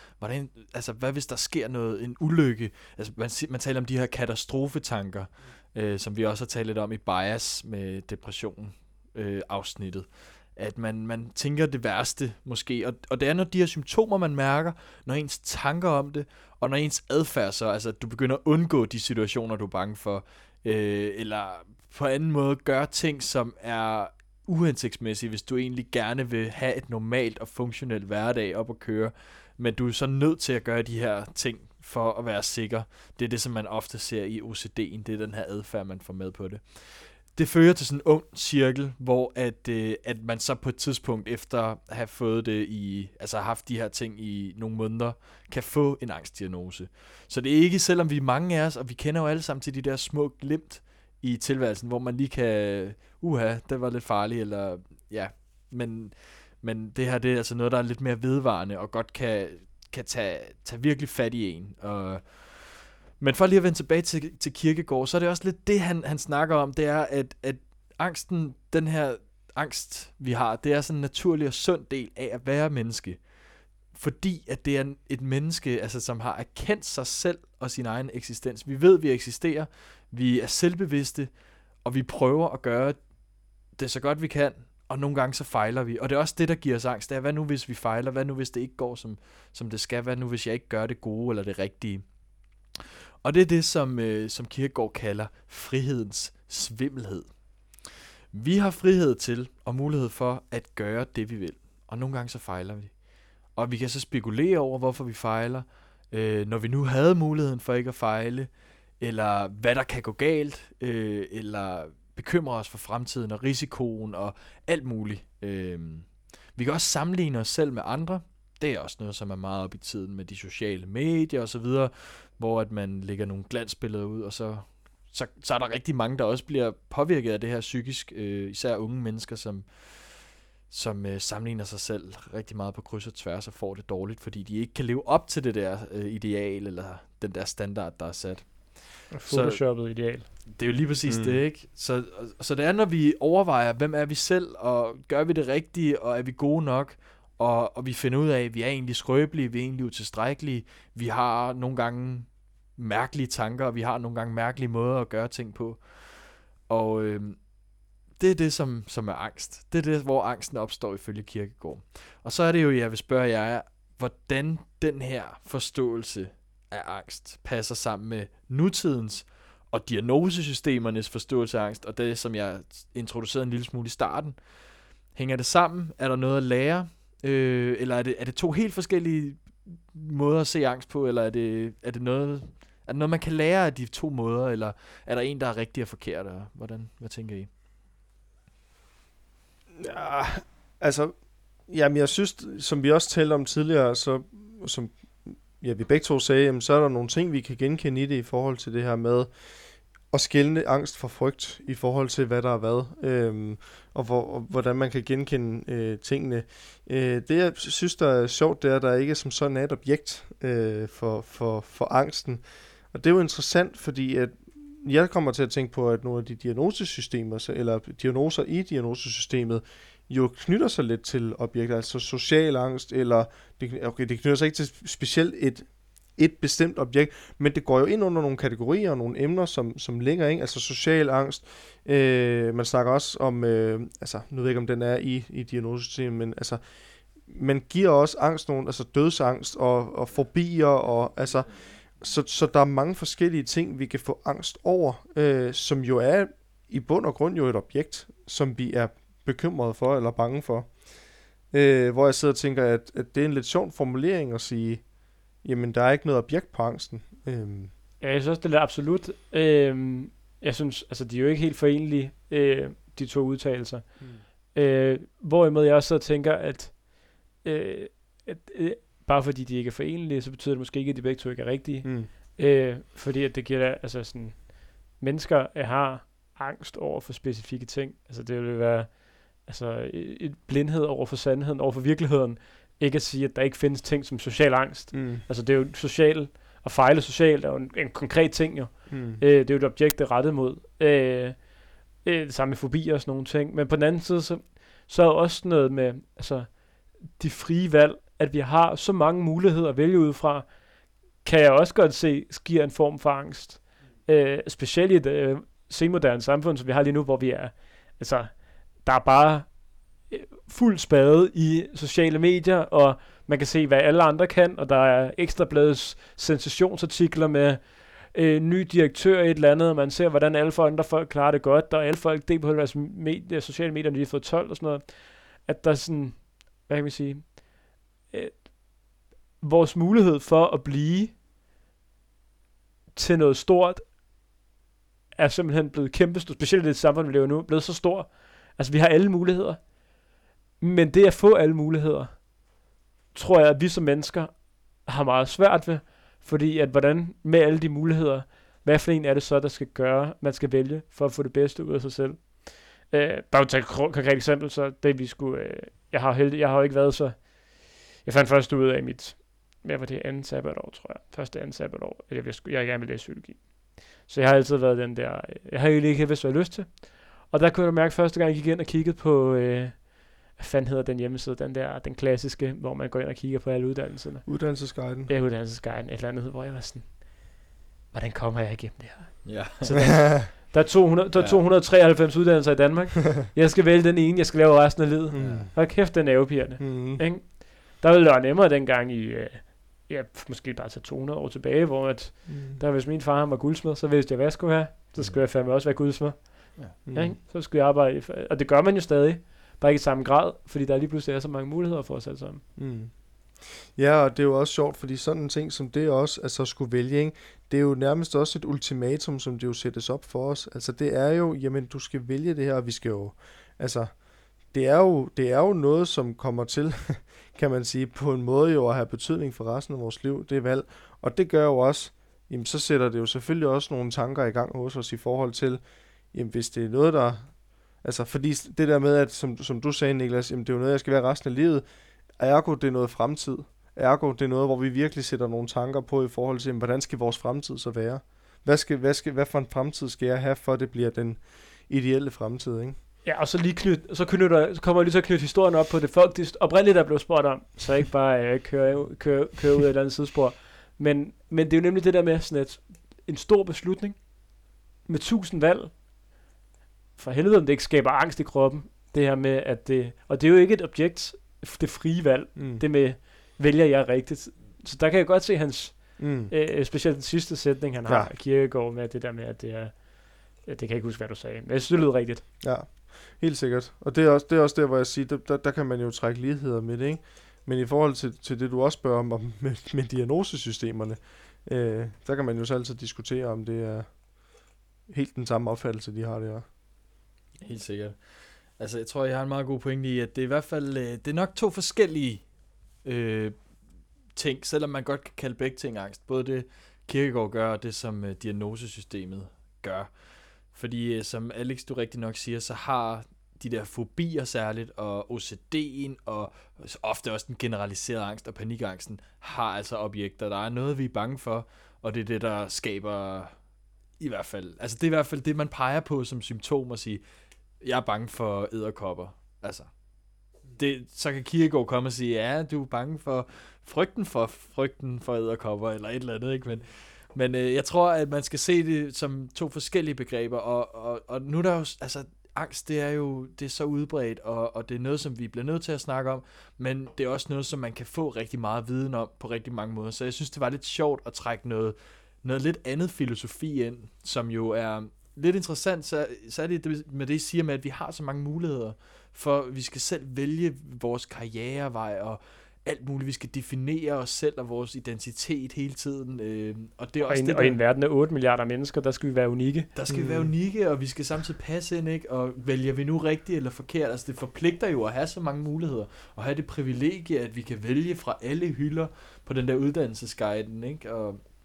hvad hvis der sker noget, en ulykke? Altså man taler om de her katastrofetanker, som vi også har talt lidt om i Bias med depression afsnittet. At man tænker det værste måske, og det er når de her symptomer man mærker, når ens tanker om det, og når ens adfærd så, altså at du begynder at undgå de situationer du er bange for, eller på anden måde gøre ting som er uhensigtsmæssige, hvis du egentlig gerne vil have et normalt og funktionelt hverdag op at køre, men du er så nødt til at gøre de her ting for at være sikker. Det er det som man ofte ser i OCD'en, det er den her adfærd man får med på det. Det fører til sådan en ond cirkel, hvor at man så på et tidspunkt efter at have fået det haft de her ting i nogle måneder, kan få en angstdiagnose. Så det er ikke, selvom vi er mange af os, og vi kender jo alle sammen til de der små glimt i tilværelsen, hvor man lige kan, det var lidt farligt, eller men det her, det er altså noget, der er lidt mere vedvarende, og godt kan tage virkelig fat i en, men for lige at vende tilbage til Kierkegaard, så er det også lidt det, han snakker om, det er, at angsten, den her angst, vi har, det er sådan en naturlig og sund del af at være menneske. Fordi at det er et menneske, altså, som har erkendt sig selv og sin egen eksistens. Vi ved, vi eksisterer, vi er selvbevidste, og vi prøver at gøre det så godt vi kan, og nogle gange så fejler vi. Og det er også det, der giver os angst. Det er, hvad nu hvis vi fejler? Hvad nu hvis det ikke går, som det skal? Hvad nu hvis jeg ikke gør det gode eller det rigtige? Og det er det, som Kierkegaard kalder frihedens svimmelhed. Vi har frihed til og mulighed for at gøre det, vi vil. Og nogle gange så fejler vi. Og vi kan så spekulere over, hvorfor vi fejler, når vi nu havde muligheden for ikke at fejle, eller hvad der kan gå galt, eller bekymre os for fremtiden og risikoen og alt muligt. Vi kan også sammenligne os selv med andre. Det er også noget, som er meget op i tiden med de sociale medier og så videre, hvor at man lægger nogle glansbilleder ud, og så er der rigtig mange, der også bliver påvirket af det her psykisk, især unge mennesker, som sammenligner sig selv rigtig meget på kryds og tværs og får det dårligt, fordi de ikke kan leve op til det der ideal, eller den der standard, der er sat. Photoshoppet ideal. Det er jo lige præcis det, ikke? Så det er, når vi overvejer, hvem er vi selv, og gør vi det rigtige, og er vi gode nok, og vi finder ud af, at vi er egentlig skrøbelige, vi er egentlig utilstrækkelige, vi har nogle gange mærkelige tanker, og vi har nogle gange mærkelige måder at gøre ting på. Og det er det, som er angst. Det er det, hvor angsten opstår ifølge Kierkegaard. Og så er det jo, jeg vil spørge jer, hvordan den her forståelse af angst passer sammen med nutidens og diagnosesystemernes forståelse af angst, og det, som jeg introducerede en lille smule i starten. Hænger det sammen? Er der noget at lære? Eller er det to helt forskellige måder at se angst på, eller er det noget, man kan lære af de to måder, eller er der en, der er rigtig og forkert? Hvad tænker I? Ja, altså, jamen jeg synes, som vi også talte om tidligere, så som vi begge to sagde, jamen, så er der nogle ting, vi kan genkende i det i forhold til det her med at skelne angst fra frygt i forhold til, hvad der er hvad, og hvordan man kan genkende tingene. Det, jeg synes, der er sjovt, det er, at der ikke er som sådan et objekt for angsten. Og det er jo interessant, fordi at jeg kommer til at tænke på, at nogle af de diagnosesystemer, eller diagnoser i diagnosesystemet, jo knytter sig lidt til objekter, altså social angst, eller det knytter sig ikke til specielt et bestemt objekt, men det går jo ind under nogle kategorier og nogle emner, som ligger, ikke? Altså social angst. Man snakker også om, altså nu ved jeg ikke, om den er i diagnosesystemet, men altså man giver også angst nogle, altså dødsangst og fobier, og altså så der er mange forskellige ting, vi kan få angst over, som jo er i bund og grund jo et objekt, som vi er bekymrede for eller bange for. Hvor jeg sidder og tænker, at det er en lidt sjov formulering at sige, jamen der er ikke noget objekt på angsten. Ja, jeg synes det er absolut. Jeg synes, altså de er jo ikke helt forenlige, de to udtalelser. Hvorimod jeg også sidder og tænker, at bare fordi de ikke er forenlige, så betyder det måske ikke, at de begge to ikke er rigtige. Fordi at det giver, altså sådan, mennesker har angst over for specifikke ting. Altså det vil være altså et blindhed over for sandheden, over for virkeligheden. Ikke at sige, at der ikke findes ting som social angst. Altså det er jo social, at fejle socialt er jo en konkret ting jo. Det er jo et objekt, det er rettet mod. Det samme med fobier og sådan nogle ting. Men på den anden side, så er også noget med altså, de frie valg, at vi har så mange muligheder at vælge ud fra, kan jeg også godt se, giver en form for angst. Specielt i det senmoderne samfund, som vi har lige nu, hvor vi er, altså, der er bare fuld spade i sociale medier, og man kan se, hvad alle andre kan, og der er Ekstrabladets sensationsartikler med ny direktør i et eller andet, og man ser, hvordan alle andre folk klarer det godt, og alle folk deler på deres sociale medier, når de har fået 12 og sådan noget, at der er sådan, hvad kan vi sige, vores mulighed for at blive til noget stort, er simpelthen blevet kæmpestort, specielt i det samfund, vi lever nu, blevet så stor. Altså, vi har alle muligheder. Men det at få alle muligheder, tror jeg, at vi som mennesker har meget svært ved, fordi at hvordan med alle de muligheder, hvad for en er det så, der skal gøre, man skal vælge for at få det bedste ud af sig selv. Bare at tage et konkret eksempel, så det vi skulle, jeg har jo ikke været så, jeg fandt først ud af mit, hvad var det, andet sabbatår, tror jeg. Første andet sabbatår, jeg er gerne med læse psykologi. Så jeg har altid været den der, jeg har egentlig ikke vidst, hvad jeg har lyst til. Og der kunne jeg mærke, første gang jeg gik ind og kiggede på, hvad fanden hedder den hjemmeside, den klassiske, hvor man går ind og kigger på alle uddannelserne. Uddannelsesguiden. Ja, Uddannelsesguiden, et eller andet, hvor jeg var sådan, hvordan kommer jeg igennem det her? Ja. Så Der er 293 uddannelser i Danmark. Jeg skal vælge den ene, jeg skal lave resten af livet. Hold kæft, den er nervepirrende. Ikke? Der ville det være nemmere dengang i, måske bare tage 200 år tilbage, hvor der hvis min far var guldsmed, så vidste jeg, hvad jeg skulle have. Så skulle jeg fandme også være guldsmed. Ikke? Så skulle jeg arbejde, og det gør man jo stadig. Bare ikke i samme grad, fordi der lige pludselig er så mange muligheder for os alle sammen. Ja, og det er jo også sjovt, fordi sådan en ting som det også, altså skulle vælge, ikke? Det er jo nærmest også et ultimatum, som det jo sættes op for os. Altså det er jo, jamen du skal vælge det her, og vi skal jo, altså det er jo noget, som kommer til, kan man sige, på en måde jo at have betydning for resten af vores liv, det valg. Og det gør jo også, jamen så sætter det jo selvfølgelig også nogle tanker i gang hos os i forhold til, jamen hvis det er noget, der, altså fordi det der med, at som du sagde, Niklas, jamen det er jo noget, jeg skal være resten af livet, ergo det er noget fremtid. Ergo det er noget, hvor vi virkelig sætter nogle tanker på i forhold til, jamen, hvordan skal vores fremtid så være? Hvad for en fremtid skal jeg have, for det bliver den ideelle fremtid, ikke? Ja, og så kommer jeg lige til at knytte historien op på det folk, de oprindeligt der blev spurgt om, så ikke bare køre ud af et eller andet sidespor. Men det er jo nemlig det der med sådan en stor beslutning med 1000 valg. For helvede, om det ikke skaber angst i kroppen, det her med, at det, og det er jo ikke et objekt, det frie valg, det med, vælger jeg rigtigt. Så der kan jeg godt se hans, specielt den sidste sætning, han har, Kierkegaard, med det der med, at det er, det kan jeg ikke huske, hvad du sagde, men jeg synes, det lyder rigtigt. Ja, helt sikkert. Og det er også der, hvor jeg siger, der kan man jo trække ligheder med det, ikke? Men i forhold til det, du også spørger om med diagnosesystemerne, der kan man jo så altid diskutere, om det er helt den samme opfattelse, de har det her. Helt sikkert. Altså, jeg tror, jeg har en meget god pointe i, at det er i hvert fald, det er nok to forskellige ting, selvom man godt kan kalde begge ting angst. Både det Kierkegaard gør, og det som diagnosesystemet gør. Fordi som Alex, du rigtig nok siger, så har de der fobier særligt, og OCD'en, og ofte også den generaliserede angst og panikangsten, har altså objekter. Der er noget, vi er bange for, og det er det, der skaber i hvert fald, altså det er i hvert fald det, man peger på som symptom og sige, jeg er bange for edderkopper. Altså, så kan Kierkegaard komme og sige, ja, du er bange for frygten for edderkopper, eller et eller andet, ikke? Men jeg tror, at man skal se det som to forskellige begreber, og nu er der jo, altså, angst, det er så udbredt, og det er noget, som vi bliver nødt til at snakke om, men det er også noget, som man kan få rigtig meget viden om på rigtig mange måder. Så jeg synes, det var lidt sjovt at trække noget lidt andet filosofi ind, som jo er lidt interessant, så er det med det, I siger med, at vi har så mange muligheder, for vi skal selv vælge vores karrierevej, og alt muligt, vi skal definere os selv og vores identitet hele tiden. Og det er også og i en verden af 8 milliarder mennesker, der skal vi være unikke. Der skal vi være unikke, og vi skal samtidig passe ind, ikke? Og vælger vi nu rigtigt eller forkert? Altså det forpligter jo at have så mange muligheder, og have det privilegie, at vi kan vælge fra alle hylder på den der uddannelsesguiden, ikke?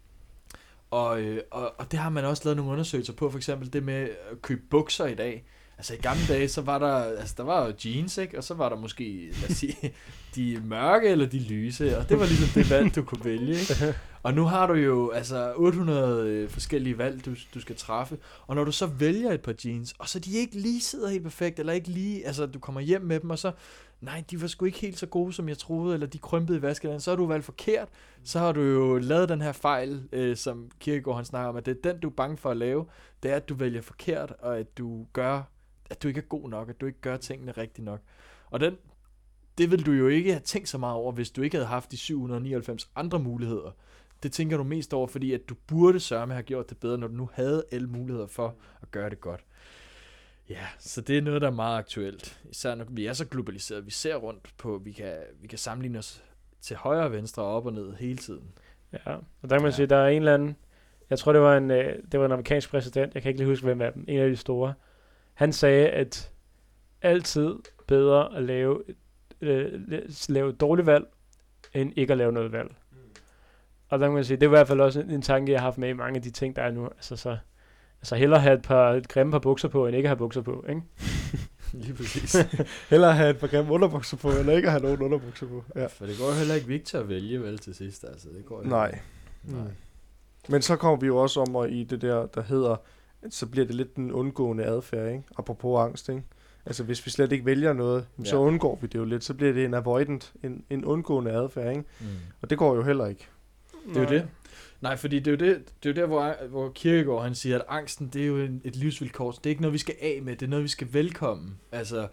Og det har man også lavet nogle undersøgelser på, for eksempel det med at købe bukser i dag. Altså i gamle dage, så var der var jo jeans, ikke? Og så var der måske, lad os sige, de mørke eller de lyse, og det var ligesom det valg, du kunne vælge, ikke? Og nu har du jo altså 800 forskellige valg, du skal træffe, og når du så vælger et par jeans, og så de ikke lige sidder helt perfekt, eller ikke lige, altså du kommer hjem med dem, og så, nej, de var sgu ikke helt så gode, som jeg troede, eller de krympede i vaskeland, så har du valgt forkert, så har du jo lavet den her fejl, som Kierkegaard han snakker om, at det er den, du er bange for at lave, det er, at du vælger forkert, og at du ikke er god nok, at du ikke gør tingene rigtigt nok. Og det vil du jo ikke have tænkt så meget over, hvis du ikke havde haft de 799 andre muligheder. Det tænker du mest over, fordi at du burde sørge have gjort det bedre, når du nu havde alle muligheder for at gøre det godt. Ja, så det er noget, der er meget aktuelt. Især når vi er så globaliseret. Vi ser rundt på, vi kan sammenligne os til højre og venstre og op og ned hele tiden. Ja, og der kan man sige, der er en eller anden, jeg tror det var en amerikansk præsident, jeg kan ikke lige huske hvem af dem, en af de store. Han sagde, at altid bedre at lave et dårligt valg, end ikke at lave noget valg. Og der kan man sige, det er i hvert fald også en tanke, jeg har haft med i mange af de ting, der er nu. Altså hellere have et grimme par bukser på, end ikke have bukser på, ikke? Lige præcis. Hellere have et par grimme underbukser på, end ikke have nogen underbukser på. Ja. For det går jo heller ikke Victor at vælge vel til sidst, altså. Det går Nej. Men så kommer vi jo også om i det der hedder, så bliver det lidt den undgående adfærd, ikke? Apropos angst, ikke? Altså hvis vi slet ikke vælger noget, så undgår vi det jo lidt. Så bliver det en avoidant, en undgående adfærd, ikke? Og det går jo heller ikke. Det er jo det. Nej, fordi det er jo der, hvor Kierkegaard han siger, at angsten, det er jo et livsvilkår. Det er ikke noget, vi skal af med, det er noget, vi skal velkomme. Altså,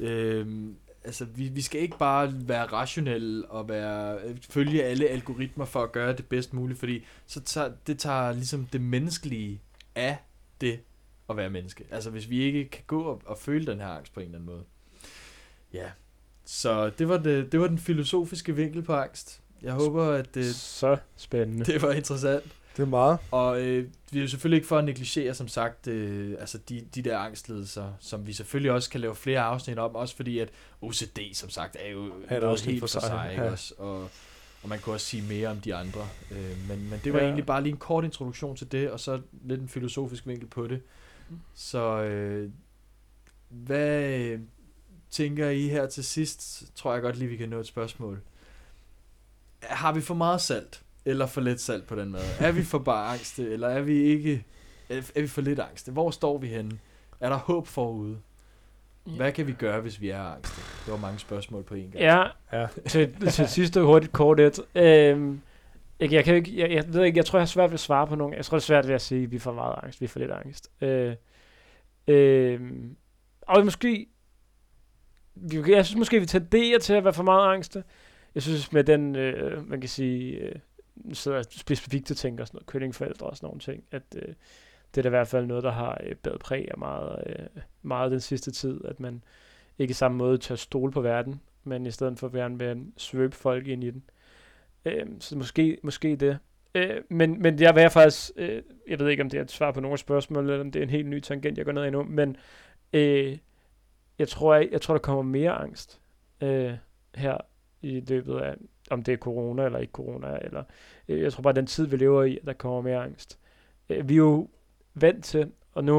vi skal ikke bare være rationelle og følge alle algoritmer for at gøre det bedst muligt, fordi det tager ligesom det menneskelige af det at være menneske. Altså, hvis vi ikke kan gå og føle den her angst på en eller anden måde. Ja, så det var den filosofiske vinkel på angst. Jeg håber, at så spændende. Det var interessant. Det er meget. Og vi er jo selvfølgelig ikke for at negligere, som sagt, altså de der angstlidelser, som vi selvfølgelig også kan lave flere afsnit om, også fordi at OCD, som sagt, er jo noget helt for sig, ikke også? Og man kan også sige mere om de andre. Men det var egentlig bare lige en kort introduktion til det, og så lidt en filosofisk vinkel på det. Så hvad tænker I her til sidst? Tror jeg godt lige, vi kan nå et spørgsmål. Har vi for meget salt, eller for lidt salt på den måde? Er vi for bare angste, eller er vi for lidt angste? Hvor står vi henne? Er der håb forude? Hvad kan vi gøre, hvis vi er angste? Det var mange spørgsmål på en gang. Ja. Til sidste hurtigt kort et. Jeg ved ikke, jeg tror, jeg har svært ved at svare på nogen. Jeg tror, det er svært ved at sige, at vi er for meget angst, vi er for lidt angst. Og måske, jeg synes måske, vi tenderer til at være for meget angste. Jeg synes med den, man kan sige, sidder specifikt til tænker sådan noget, kyllingforældre og sådan nogle ting, at det er da i hvert fald noget, der har bæret præg af meget den sidste tid, at man ikke i samme måde tør stole på verden, men i stedet for gerne vil svøbe folk ind i den. Så måske det. Men jeg vil faktisk, jeg ved ikke, om det er et svar på nogle spørgsmål, eller om det er en helt ny tangent, jeg går ned i nu, men jeg tror, der kommer mere angst her i løbet af, om det er corona eller ikke corona, eller jeg tror bare, den tid, vi lever i, der kommer mere angst. Vi er jo vant til, og nu,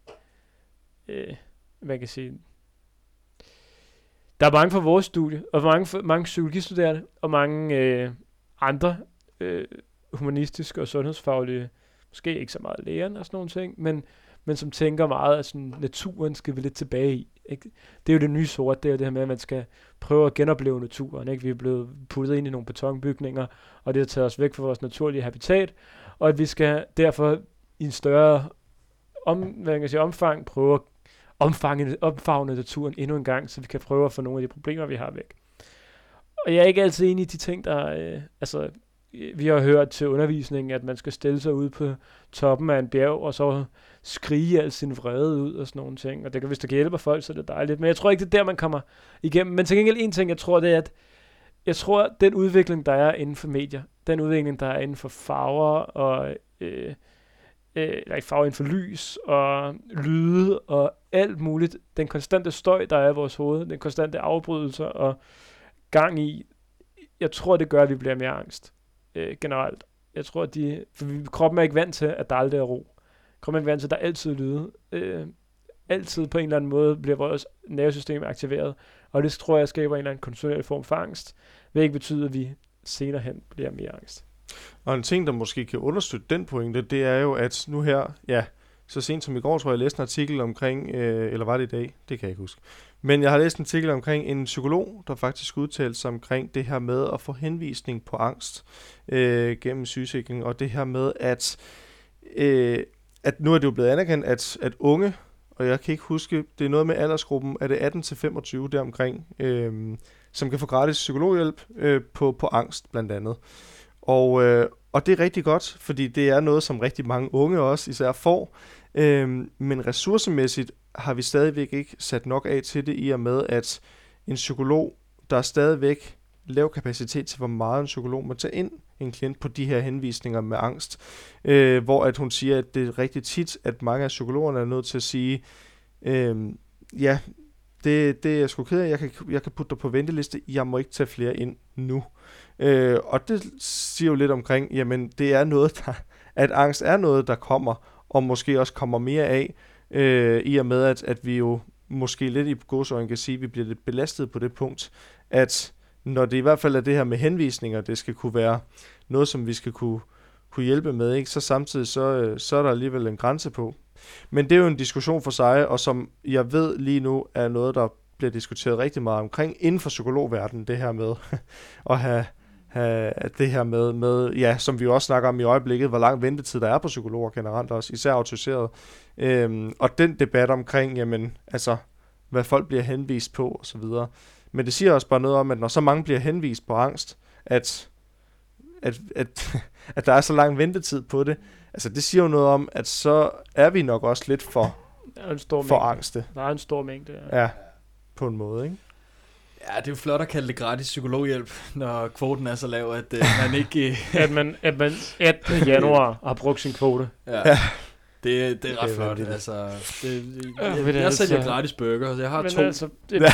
man kan sige, der er mange fra vores studie, og mange psykologistuderende, og mange andre humanistiske og sundhedsfaglige, måske ikke så meget lægerne og sådan nogle ting, men som tænker meget, at sådan, naturen skal vi lidt tilbage i. Ikke? Det er jo det nye sort, det er jo det her med, at man skal prøve at genopleve naturen. Ikke? Vi er blevet puttet ind i nogle betonbygninger, og det har taget os væk fra vores naturlige habitat, og at vi skal derfor i en større omfang prøve at omfavne naturen endnu en gang, så vi kan prøve at få nogle af de problemer, vi har væk. Og jeg er ikke altid enig i de ting, der vi har hørt til undervisningen, at man skal stille sig ud på toppen af en bjerg, og så skrige al sin vrede ud og sådan nogle ting. Og det kan, hvis det kan hjælpe folk, så er det dejligt. Men jeg tror ikke, det er der, man kommer igennem. Men til gengæld en ting, jeg tror, det er, at jeg tror, at den udvikling, der er inden for medier, den udvikling, der er inden for farver, og farver inden for lys, og lyde, og alt muligt, den konstante støj, der er i vores hoved, den konstante afbrydelser og gang i, jeg tror, det gør, at vi bliver mere angst. Generelt. Jeg tror, for kroppen er ikke vant til, at der aldrig er ro. Kroppen er ikke vant til, at der altid lyde. Altid på en eller anden måde bliver vores nervesystem aktiveret, og det tror jeg skaber en eller anden kontinuerlig form for angst, vil ikke betyde, at vi senere hen bliver mere angst. Og en ting, der måske kan understøtte den pointe, det er jo, at nu her, så sent som i går, tror jeg læste en artikel omkring, eller var det i dag? Det kan jeg ikke huske. Men jeg har læst en artikel omkring en psykolog, der faktisk udtalte sig omkring det her med at få henvisning på angst gennem sygesikring, og det her med, at nu er det jo blevet anerkendt, at unge, og jeg kan ikke huske, det er noget med aldersgruppen, er det 18-25 deromkring, som kan få gratis psykologhjælp på angst blandt andet. Og det er rigtig godt, fordi det er noget, som rigtig mange unge også især får, men ressourcemæssigt har vi stadigvæk ikke sat nok af til det, i og med, at en psykolog, der er stadigvæk lav kapacitet til, hvor meget en psykolog må tage ind en klient på de her henvisninger med angst, hvor at hun siger, at det er rigtig tit, at mange af psykologerne er nødt til at sige, det er jeg sgu ked af, jeg kan putte dig på venteliste, jeg må ikke tage flere ind nu. Og det siger jo lidt omkring, jamen det er noget, at angst er noget, der kommer, og måske også kommer mere af, i og med, at vi jo måske lidt i godsøjne kan sige, at vi bliver lidt belastet på det punkt, at når det i hvert fald er det her med henvisninger, det skal kunne være noget, som vi skal kunne hjælpe med, ikke? Så samtidig så er der alligevel en grænse på. Men det er jo en diskussion for sig, og som jeg ved lige nu er noget, der bliver diskuteret rigtig meget omkring inden for psykologverdenen, det her med at at det her med, ja, som vi også snakker om i øjeblikket, hvor lang ventetid der er på psykologer generelt også, især autoriseret. Og den debat omkring, jamen, altså, hvad folk bliver henvist på og så videre. Men det siger også bare noget om, at når så mange bliver henvist på angst, at der er så lang ventetid på det, altså det siger jo noget om, at så er vi nok også lidt for angste. Der er en stor mængde. Ja, på en måde, ikke? Ja, det er jo flot at kalde det gratis psykologhjælp, når kvoten er så lav, at man ikke... at man 18. januar har brugt sin kvote. Ja. Det er ret flot. Altså, jeg sælger gratis burger, så jeg har 2. Altså,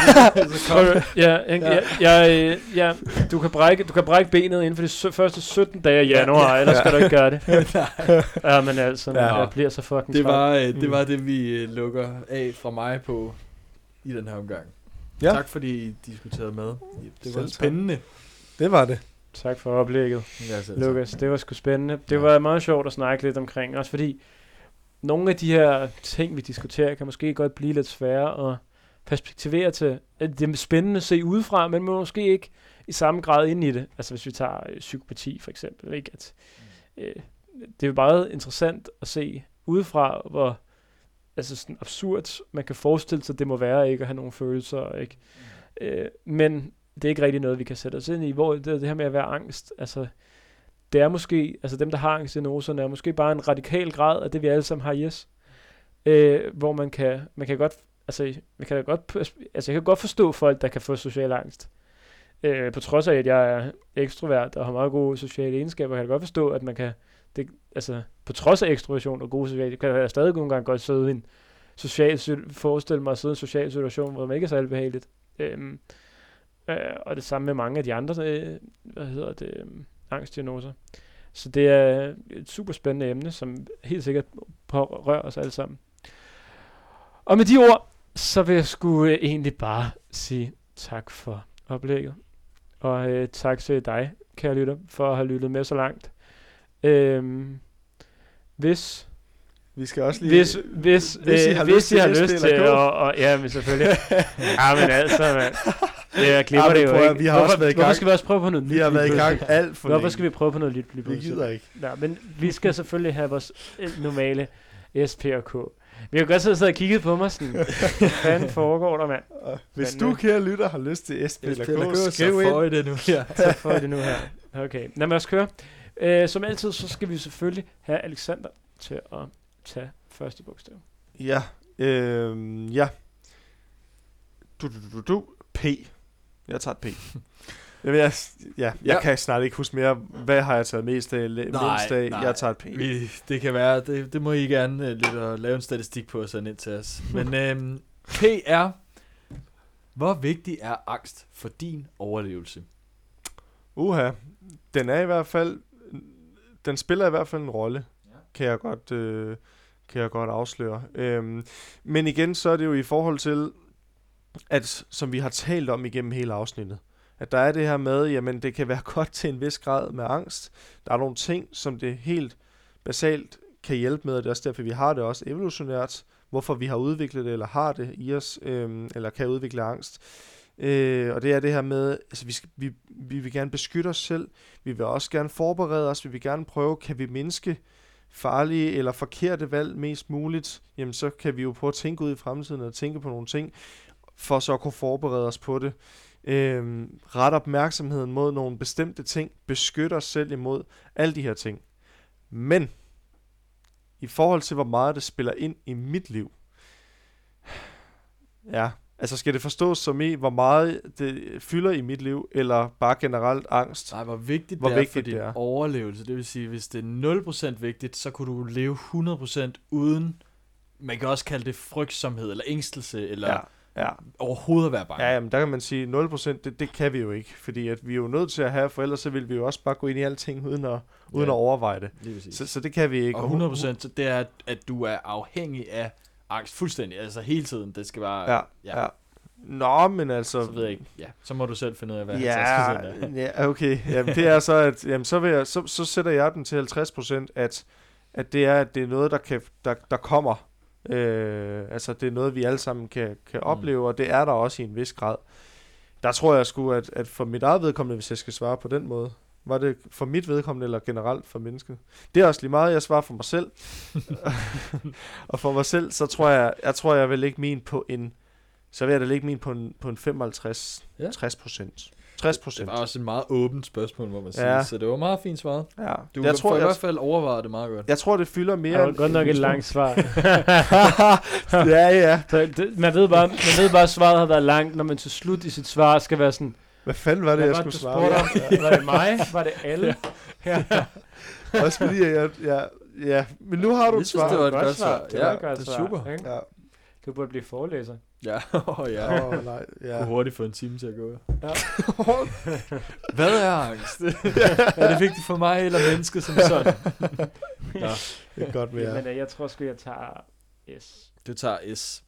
du kan brække benet inden for de første 17 dage af januar, ellers skal du ikke gøre det. Ja, men altså, jeg bliver så fucking det var det, vi lukker af fra mig på i den her omgang. Ja. Tak fordi I diskuterede med. Det var spændende. Det var det. Tak for oplægget, Lukas. Det var sgu spændende. Det var meget sjovt at snakke lidt omkring, også fordi nogle af de her ting, vi diskuterer, kan måske godt blive lidt svære at perspektivere til. Det er spændende at se udefra, men måske ikke i samme grad ind i det. Altså hvis vi tager psykopati for eksempel. Ikke? At, det er jo meget interessant at se udefra, hvor altså sådan absurd man kan forestille sig, det må være ikke at have nogle følelser. Ikke? Men det er ikke rigtig noget, vi kan sætte os ind i. Hvor det her med at være angst, altså det er måske, altså dem, der har angstdiagnoserne, er måske bare en radikal grad af det, vi alle sammen har i os. Hvor man kan godt, jeg kan godt forstå folk, der kan få social angst. På trods af, at jeg er ekstrovert og har meget gode sociale egenskaber, kan jeg godt forstå, at man kan, på trods af ekstroversion og gode sociale, kan jeg stadig nogle gange godt sidde i en forestille mig at sidde i en social situation, hvor man ikke er særlig behageligt. Og det samme med mange af de andre, angstdiagnoser. Så det er et super spændende emne, som helt sikkert rører os alle sammen. Og med de ord, så vil jeg sgu egentlig bare sige tak for oplægget. Og tak til dig, kære lytter, for at have lyttet med så langt. Hvis vi skal også lige... Hvis I har lyst til at... Ja, men selvfølgelig. Ja, men altså, mand. Jeg klipper det jo ikke. Vi har også været i gang. Hvorfor skal vi også prøve på noget nyt? Vi har været i gang alt for længe. Hvorfor skal vi prøve på noget nyt? Vi gider ikke. Ja, men vi skal selvfølgelig have vores normale SP og K. Vi har godt siddet og kigget på mig sådan, hvad fanden foregår der, mand? Hvis du, kære lytter, har lyst til SP eller K, skriv ind. Så får I det nu her. Så får I det nu her. Okay, lad mig også køre. Som altid, så skal vi selvfølgelig have Alexander til at tage første bogstav. Ja. Ja. P. Jeg tager et P. Jeg kan snart ikke huske mere. Hvad har jeg taget mest af? Mindst af? Jeg tager et P. Det kan være. Det må I gerne lidt at lave en statistik på og sende ind til os. Men P er, hvor vigtig er angst for din overlevelse? Den er i hvert fald, den spiller i hvert fald en rolle, kan jeg godt afsløre. Men igen, så er det jo i forhold til, at som vi har talt om igennem hele afsnittet, at der er det her med, jamen det kan være godt til en vis grad med angst. Der er nogle ting, som det helt basalt kan hjælpe med, og det er også derfor, vi har det også evolutionært, hvorfor vi har udviklet det, eller har det i os, eller kan udvikle angst. Og det er det her med, altså vi vil gerne beskytte os selv, vi vil også gerne forberede os, vi vil gerne prøve, kan vi mindske farlige eller forkerte valg mest muligt, jamen så kan vi jo prøve at tænke ud i fremtiden og tænke på nogle ting, for så at kunne forberede os på det. Ret opmærksomheden mod nogle bestemte ting, beskytte os selv imod alle de her ting. Men i forhold til hvor meget det spiller ind i mit liv, ja, altså skal det forstås som i hvor meget det fylder i mit liv, eller bare generelt angst? Nej, hvor vigtigt det er for din overlevelse. Det vil sige, hvis det er 0% vigtigt, så kunne du leve 100% uden, man kan også kalde det frygtsomhed eller ængstelse eller overhovedet at være bange. Ja, men der kan man sige 0%, det kan vi jo ikke, fordi at vi er jo nødt til at have, for ellers så vil vi jo også bare gå ind i alting uden at overveje det. Så det kan vi ikke. Og 100% det er, at du er afhængig af angst fuldstændig, altså hele tiden. Det skal bare... Ja. Nå, men altså... Så ved jeg ikke. Ja, så må du selv finde ud af, hvad ja, okay. Jamen, det er så, at jamen, så sætter jeg den til 50%, at det er noget, der kommer. Altså, det er noget, vi alle sammen kan opleve, og det er der også i en vis grad. Der tror jeg sgu, at for mit eget vedkommende, hvis jeg skal svare på den måde, Var det for mit vedkommende, eller generelt for mennesket? Det er også lige meget, jeg svarer for mig selv. Og for mig selv, så tror jeg vil lægge min på en, så vil jeg da lægge min på en 55, 60%. 60%. Det var også en meget åbent spørgsmål, må man sige, så det var meget fint svaret. Ja. Du jeg tror, i hvert fald overvejet det meget godt. Jeg tror, det fylder mere. Det var godt nok et langt svar. ja. Så man ved bare, at svaret har været langt, når man til slut i sit svar skal være sådan, hvad fanden var det, jeg skulle svare? Var det mig? Var det alle? Ja. Også fordi, ja, men nu har du et svar. Det var et godt svar. Ja, det er super. Ja. Du burde blive forelæser. Ja, nej, ja. Gå hurtigt få en time til at gå. Ja. Hvad er angst? Er det vigtigt for mig eller mennesket som sådan? Ja, det er godt med jer. Men jeg tror sgu, jeg tager S. Du tager S.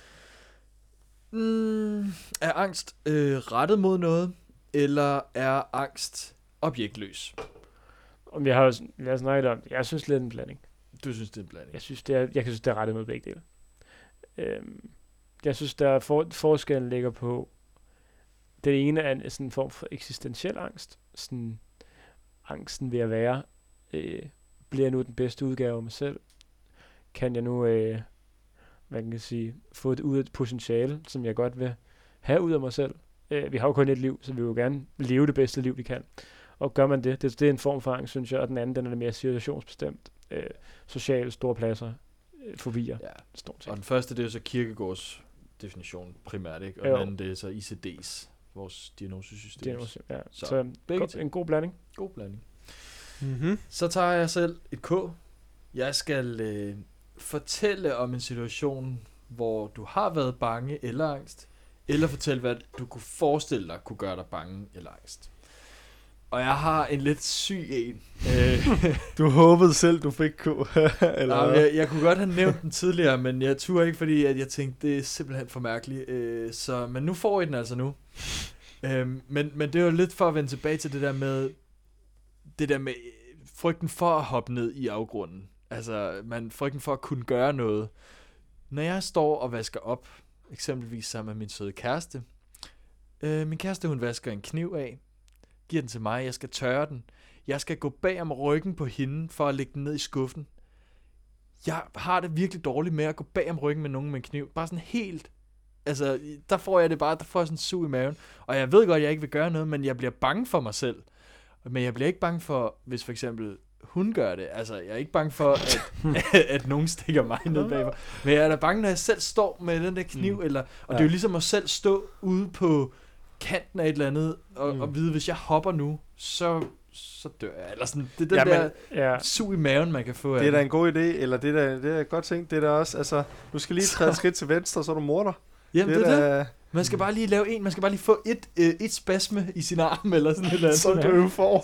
Er angst rettet mod noget, eller er angst objektløs? Vi har snakket om, jeg synes lidt en blanding. Du synes, det er en blanding? Jeg synes, det er rettet mod begge dele. Jeg synes, der forskellen ligger på, det ene er sådan en form for eksistentiel angst. Sådan angsten ved at være, bliver jeg nu den bedste udgave af mig selv? Kan jeg nu, hvad kan jeg sige, få det ud af et potentiale, som jeg godt vil have ud af mig selv? Vi har jo kun et liv, så vi vil jo gerne leve det bedste liv, vi kan. Og gør man det er en form for angst, synes jeg, og den anden, den er mere situationsbestemt. Sociale, store pladser, fobier, store ting. Og den første, det er jo så Kierkegaards definition primært, ikke? Og den anden, det er så ICD's, vores diagnosesystem. Ja. Så en god blanding. God blanding. Mm-hmm. Så tager jeg selv et K. Jeg skal fortælle om en situation, hvor du har været bange eller angst, eller fortælle, hvad du kunne forestille dig kunne gøre dig bange eller angst. Og jeg har en lidt syg en. Du håbede selv, du fik K. Eller jeg kunne godt have nævnt den tidligere, men jeg turde ikke, fordi at jeg tænkte, det er simpelthen for mærkeligt. Men nu får I den altså nu. Men det er jo lidt for at vende tilbage til det der med frygten for at hoppe ned i afgrunden. Altså, frygten for at kunne gøre noget. Når jeg står og vasker op, eksempelvis sammen med min søde kæreste. Min kæreste, hun vasker en kniv af. Giver den til mig, jeg skal tørre den. Jeg skal gå bag om ryggen på hende, for at lægge den ned i skuffen. Jeg har det virkelig dårligt med at gå bag om ryggen med nogen med en kniv. Bare sådan helt, altså, der får jeg sådan en sug i maven. Og jeg ved godt, at jeg ikke vil gøre noget, men jeg bliver bange for mig selv. Men jeg bliver ikke bange for, hvis for eksempel hun gør det. Altså, jeg er ikke bange for, at nogen stikker mig ned bagved. Men jeg er da bange, når jeg selv står med den der kniv, og det er jo ligesom at selv stå ude på kanten af et eller andet, og vide, hvis jeg hopper nu, så dør jeg. Eller sådan, det er den der sug i maven, man kan få af. Det er da en god idé, eller det er godt tænkt. Det er da også, altså, du skal lige træde et skridt til venstre, så er du morder. Jamen, det er det. Man skal bare lige lave man skal bare lige få et spasme i sin arm, eller sådan et eller andet. Så du får.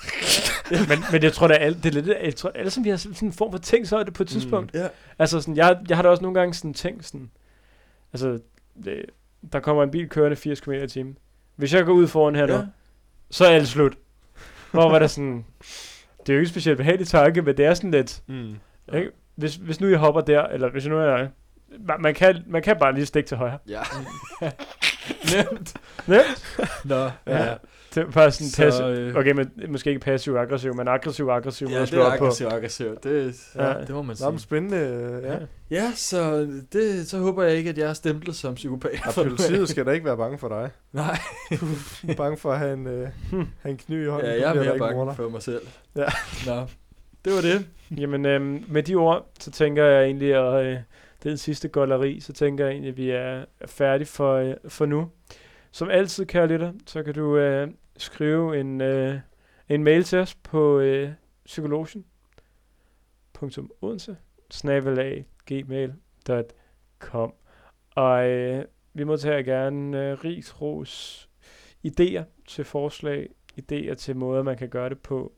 Men jeg tror, alle som vi har sådan en form for ting, så er det på et tidspunkt. Altså, sådan, jeg har da også nogle gange sådan tænkt sådan, altså, der kommer en bil kørende 80 km/t. Hvis jeg går ud foran her nu, så er alt slut. Hvor var der sådan, det er jo ikke specielt behageligt tanke, men det er sådan lidt, ikke? Hvis nu jeg hopper der, eller hvis nu jeg, man kan bare lige stikke til højre. Ja. Nemt. Nå, ja. Det er bare sådan passiv. Okay, men måske ikke passiv-aggressiv, men aggressiv-aggressiv. Ja, det er aggressiv-aggressiv. Det må man sige. Det er spændende, Ja, så håber jeg ikke, at jeg er stemplet som psykopat. Politiet skal da ikke være bange for dig. Nej. Du er bange for at have en kniv i hånden. Ja, jeg er mere bange for mig selv. Ja. Nå, det var det. Jamen, med de ord, så tænker jeg egentlig, at den sidste golleri, så tænker jeg egentlig, at vi er færdige for nu. Som altid, kære lytter, så kan du skrive en mail til os på psykologen.odense@gmail.com. Og vi modtager gerne ris, ros, idéer til forslag, idéer til måder, man kan gøre det på.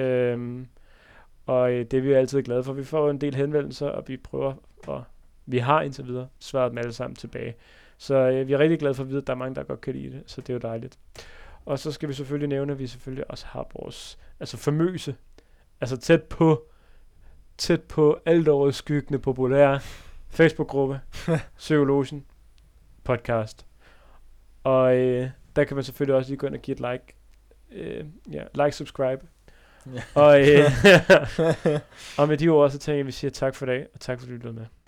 Og det er vi altid glade for. Vi får en del henvendelser, og vi har indtil videre svaret dem alle sammen tilbage. Så vi er rigtig glade for at vide, at der er mange, der godt kan lide det, så det er jo dejligt. Og så skal vi selvfølgelig nævne, at vi selvfølgelig også har vores famøse, altså tæt på alt over skyggende populære Facebook-gruppe, Psykologen podcast. Og der kan man selvfølgelig også lige gå ind og give et like like, subscribe. Ja. Og, og med de ord, så tænker jeg, at vi siger tak for i dag, og tak for at du lyttede med.